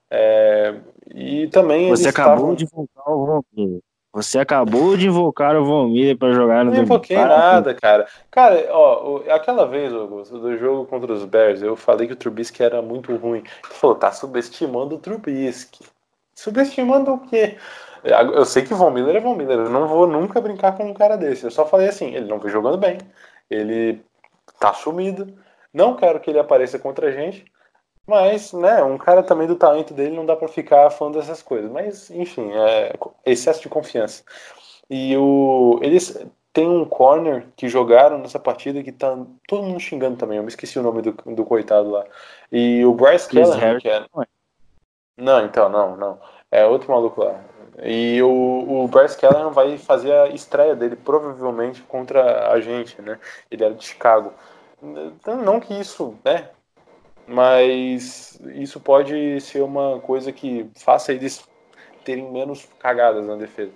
E também Você acabou de invocar o Von Miller. Você acabou de invocar o Von Miller para jogar no domingo. Não invoquei nada, cara. Cara, aquela vez, Augusto, do jogo contra os Bears, eu falei que o Trubisky era muito ruim. Tu falou, tá subestimando o Trubisky. Subestimando o quê? Eu sei que Von Miller é Von Miller. Eu não vou nunca brincar com um cara desse. Eu só falei assim, ele não vem jogando bem. Ele tá sumido. Não quero que ele apareça contra a gente. Mas, né, um cara também do talento dele não dá pra ficar fã dessas coisas. Mas, enfim, é excesso de confiança. E eles têm um corner que jogaram nessa partida que tá todo mundo xingando também. Eu me esqueci o nome do coitado lá. E o Bryce Callahan, que é... Não, então, não. É outro maluco lá. E o Bryce Callahan vai fazer a estreia dele, provavelmente, contra a gente, né? Ele era de Chicago. Não que isso, né? Mas isso pode ser uma coisa que faça eles terem menos cagadas na defesa.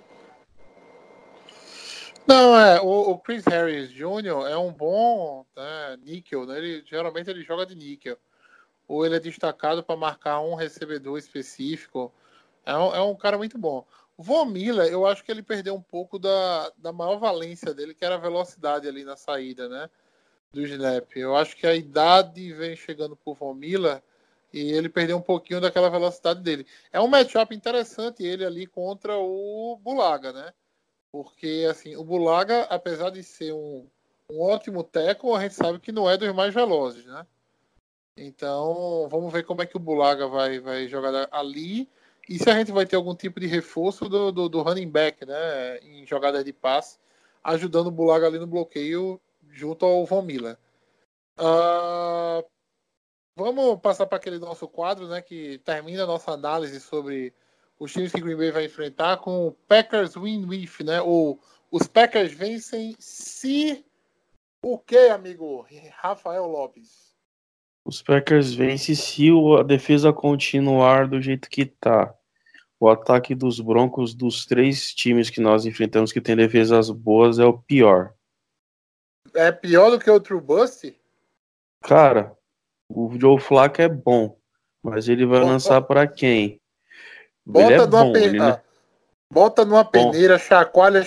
Não, o Chris Harris Jr. é um bom, né, níquel, né? Geralmente ele joga de níquel. Ou ele é destacado para marcar um recebedor específico. É um cara muito bom. O Von Miller, eu acho que ele perdeu um pouco da maior valência dele, que era a velocidade ali na saída, né? Do snap. Eu acho que a idade vem chegando pro Von Miller e ele perdeu um pouquinho daquela velocidade dele. É um matchup interessante ele ali contra o Bulaga, né? Porque, assim, o Bulaga, apesar de ser um ótimo tackle, a gente sabe que não é dos mais velozes, né? Então, vamos ver como é que o Bulaga vai jogar ali e se a gente vai ter algum tipo de reforço do running back, né? Em jogadas de passe, ajudando o Bulaga ali no bloqueio junto ao Von Miller. vamos passar para aquele nosso quadro, né, que termina a nossa análise sobre os times que Green Bay vai enfrentar com o Packers win with, né? Ou os Packers vencem se o quê, amigo? Rafael Lopes. Os Packers vencem se a defesa continuar do jeito que tá. O ataque dos Broncos, dos 3 times que nós enfrentamos que tem defesas boas, é o pior. É pior do que o True Bust? Cara, o Joe Flacco é bom, mas ele vai lançar pra quem? Ele é bom, ele não é Bota numa bom. peneira, chacoalha.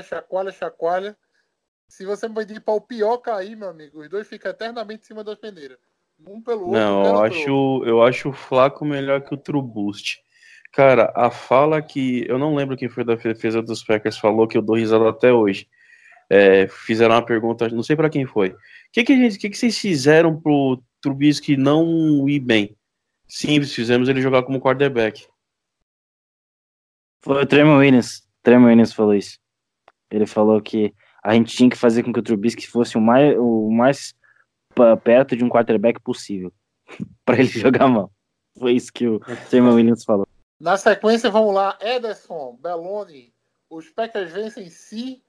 Se você pedir para o pior cair, meu amigo, os dois ficam eternamente em cima das peneiras. Um pelo outro, Não, eu acho o Flacco melhor que o Trubust. Cara, a fala que... Eu não lembro quem foi da defesa dos Packers falou, que eu dou risada até hoje. Fizeram uma pergunta, não sei pra quem foi. O que vocês fizeram pro Trubisky não ir bem? Simples, fizemos ele jogar como quarterback. Foi o Tremor Williams. Tremor Williams falou isso. Ele falou que a gente tinha que fazer com que o Trubisky fosse o mais perto de um quarterback possível para ele jogar mal. Foi isso que o Tremor Williams falou. Na sequência, vamos lá. Ederson, Belloni, os Packers vencem se...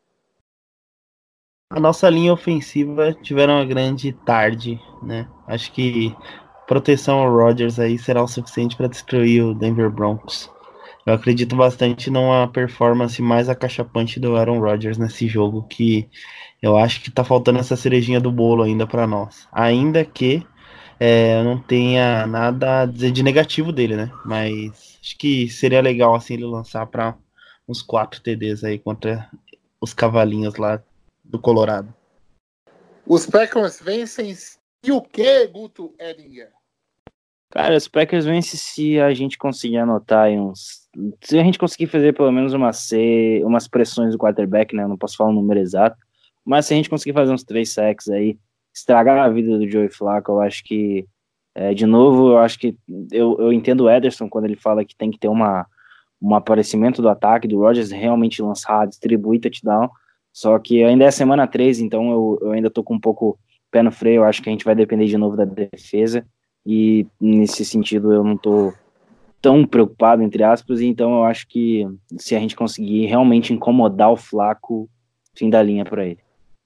A nossa linha ofensiva tiveram uma grande tarde, né? Acho que proteção ao Rodgers aí será o suficiente para destruir o Denver Broncos. Eu acredito bastante numa performance mais acachapante do Aaron Rodgers nesse jogo, que eu acho que tá faltando essa cerejinha do bolo ainda para nós. Ainda que eu não tenha nada a dizer de negativo dele, né? Mas acho que seria legal assim ele lançar para uns 4 TDs aí contra os cavalinhos lá do Colorado. Os Packers vencem e o que, Guto Edinger? Cara, os Packers vencem se a gente conseguir anotar aí se a gente conseguir fazer pelo menos umas pressões do quarterback, né? Eu não posso falar o número exato, mas se a gente conseguir fazer uns 3 sacks aí, estragar a vida do Joey Flacco, eu acho que de novo, eu acho que eu entendo o Ederson quando ele fala que tem que ter um aparecimento do ataque do Rodgers, realmente lançar, distribuir touchdown. Só que ainda é semana 3, então eu ainda tô com um pouco pé no freio. Eu acho que a gente vai depender de novo da defesa, e nesse sentido eu não tô tão preocupado, entre aspas. Então eu acho que se a gente conseguir realmente incomodar o Flacco, fim da linha por aí.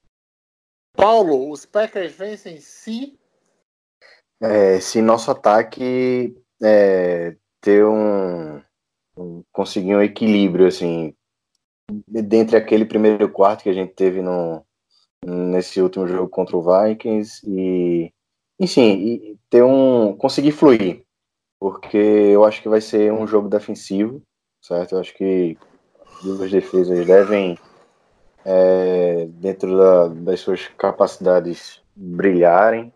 Paulo, os Packers vencem se... Se nosso ataque ter conseguir um equilíbrio, assim, dentre aquele primeiro quarto que a gente teve nesse último jogo contra o Vikings e conseguir fluir, porque eu acho que vai ser um jogo defensivo, certo? Eu acho que as defesas devem, dentro das suas capacidades, brilharem,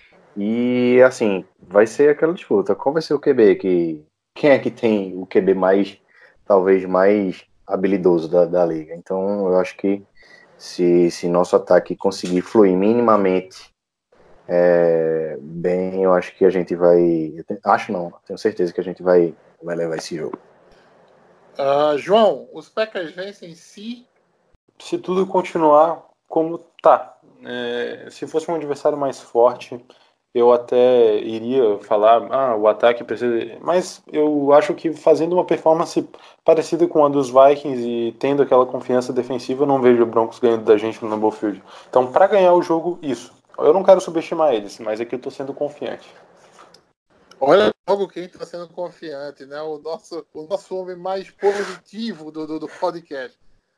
e assim, vai ser aquela disputa. Qual vai ser o QB? Quem é que tem o QB talvez mais habilidoso da liga? Então eu acho que se nosso ataque conseguir fluir minimamente bem, eu acho que a gente vai... tenho certeza que a gente vai levar esse jogo. João, os Packers vencem se tudo continuar como tá. Se fosse um adversário mais forte, eu até iria falar, o ataque precisa... Mas eu acho que fazendo uma performance parecida com a dos Vikings e tendo aquela confiança defensiva, eu não vejo o Broncos ganhando da gente no Lambeau Field. Então, para ganhar o jogo, isso. Eu não quero subestimar eles, mas aqui eu tô sendo confiante. Olha logo quem está sendo confiante, né? O nosso homem mais positivo do podcast.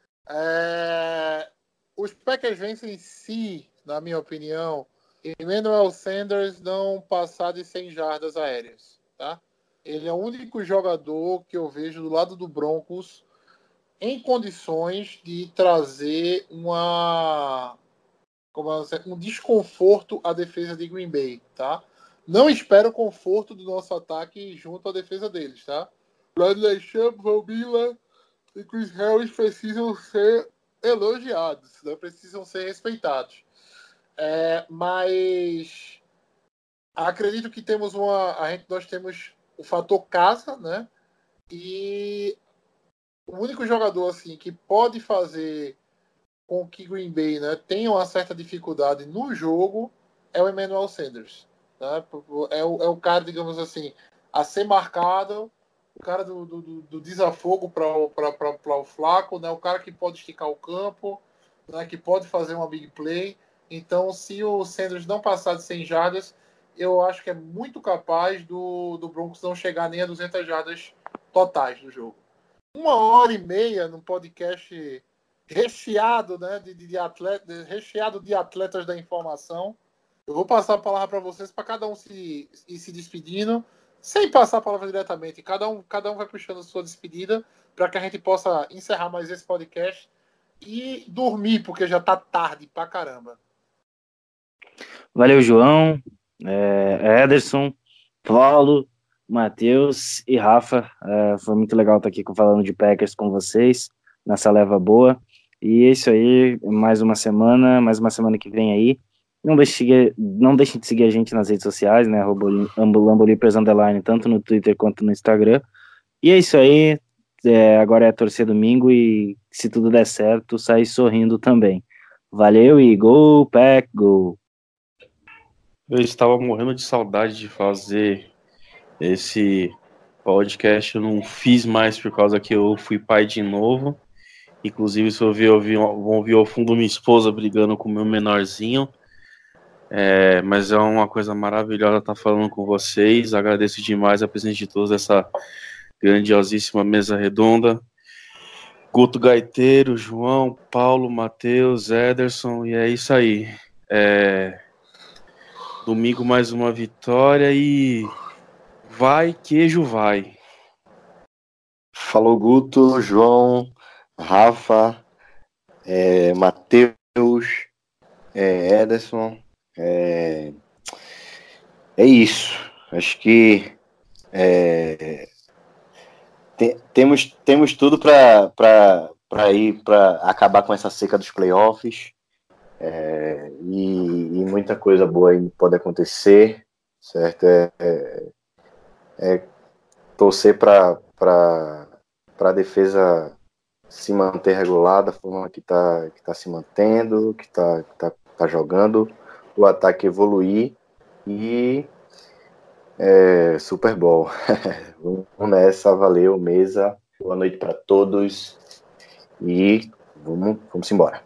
Os Packers vencem se, na minha opinião, Emmanuel Sanders não passar de 100 jardas aéreas, tá? Ele é o único jogador que eu vejo do lado do Broncos em condições de trazer um desconforto à defesa de Green Bay, tá? Não espero o conforto do nosso ataque junto à defesa deles, tá? Bradley Chubb, Von Miller e Chris Harris precisam ser elogiados, né? Precisam ser respeitados. Mas acredito que nós temos o fator casa, né? E o único jogador assim que pode fazer com que Green Bay, né, tenha uma certa dificuldade no jogo é o Emmanuel Sanders. né? É o cara, digamos assim, a ser marcado, o cara do desafogo para o Flaco, né? O cara que pode esticar o campo, né? Que pode fazer uma big play. Então, se o Sanders não passar de 100 jardas, eu acho que é muito capaz do Broncos não chegar nem a 200 jardas totais do jogo. 1h30 num podcast recheado, né, recheado de atletas da informação. Eu vou passar a palavra para vocês, para cada um ir se despedindo, sem passar a palavra diretamente. Cada um vai puxando a sua despedida, para que a gente possa encerrar mais esse podcast e dormir, porque já tá tarde pra caramba. Valeu, João, Ederson, Paulo, Matheus e Rafa. Foi muito legal estar aqui falando de Packers com vocês, nessa leva boa. E é isso aí, mais uma semana que vem aí. Não deixem de seguir a gente nas redes sociais, né? @Lambolipers_, tanto no Twitter quanto no Instagram. E é isso aí. Agora é torcer domingo e, se tudo der certo, sair sorrindo também. Valeu e go, Pack, go! Eu estava morrendo de saudade de fazer esse podcast. Eu não fiz mais por causa que eu fui pai de novo. Inclusive, se eu vão ouvir ao fundo minha esposa brigando com o meu menorzinho. Mas é uma coisa maravilhosa estar falando com vocês. Agradeço demais a presença de todos dessa grandiosíssima mesa redonda. Guto Gaiteiro, João, Paulo, Matheus, Ederson, e é isso aí. Domingo mais uma vitória e vai, queijo, vai. Falou, Guto, João, Rafa, Matheus, Ederson. É isso. Acho que temos tudo para ir para acabar com essa seca dos playoffs. E muita coisa boa aí pode acontecer, certo? Torcer para a defesa se manter regular da forma que tá se mantendo, que tá jogando, o ataque evoluir e Super Bowl. Vamos nessa, valeu, mesa, boa noite para todos e vamos embora.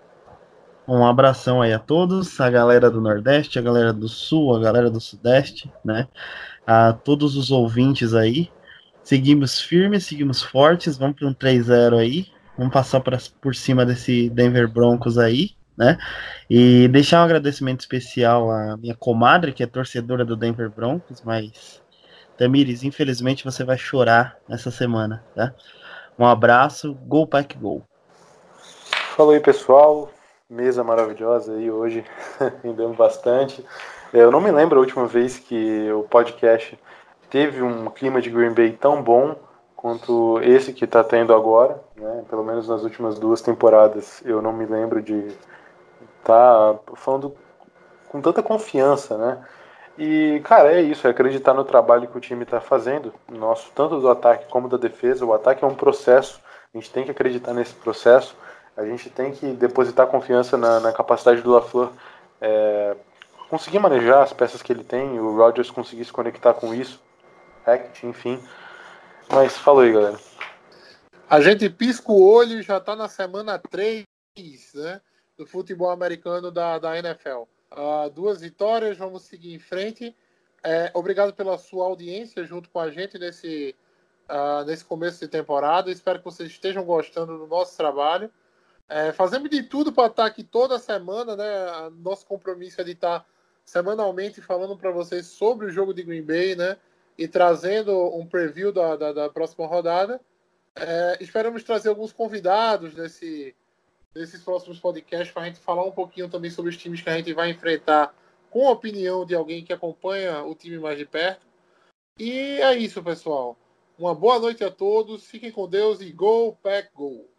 Um abração aí a todos, a galera do Nordeste, a galera do Sul, a galera do Sudeste, né? A todos os ouvintes aí. Seguimos firmes, seguimos fortes, vamos para um 3-0 aí. Vamos passar por cima desse Denver Broncos aí, né? E deixar um agradecimento especial à minha comadre, que é torcedora do Denver Broncos, mas, Tamires, infelizmente você vai chorar essa semana, tá? Um abraço, Go Pack Go! Falou aí, pessoal. Mesa maravilhosa aí hoje, rendemos bastante. Eu não me lembro a última vez que o podcast teve um clima de Green Bay tão bom quanto esse que está tendo agora, né? Pelo menos nas últimas 2 temporadas eu não me lembro de estar falando com tanta confiança, né? E, cara, é isso, é acreditar no trabalho que o time está fazendo, nosso, tanto do ataque como da defesa. O ataque é um processo, a gente tem que acreditar nesse processo. A gente tem que depositar confiança na capacidade do LaFleur conseguir manejar as peças que ele tem, o Rodgers conseguir se conectar com isso, Hackett, enfim. Mas fala aí, galera. A gente pisca o olho e já está na semana 3, né, do futebol americano da NFL. 2 vitórias, vamos seguir em frente. Obrigado pela sua audiência junto com a gente nesse começo de temporada. Espero que vocês estejam gostando do nosso trabalho. Fazemos de tudo para estar aqui toda semana, né? Nosso compromisso é de estar semanalmente falando para vocês sobre o jogo de Green Bay, né? E trazendo um preview da próxima rodada. Esperamos trazer alguns convidados nesses próximos podcasts para a gente falar um pouquinho também sobre os times que a gente vai enfrentar com a opinião de alguém que acompanha o time mais de perto. E é isso, pessoal. Uma boa noite a todos, fiquem com Deus e Go Pack Go!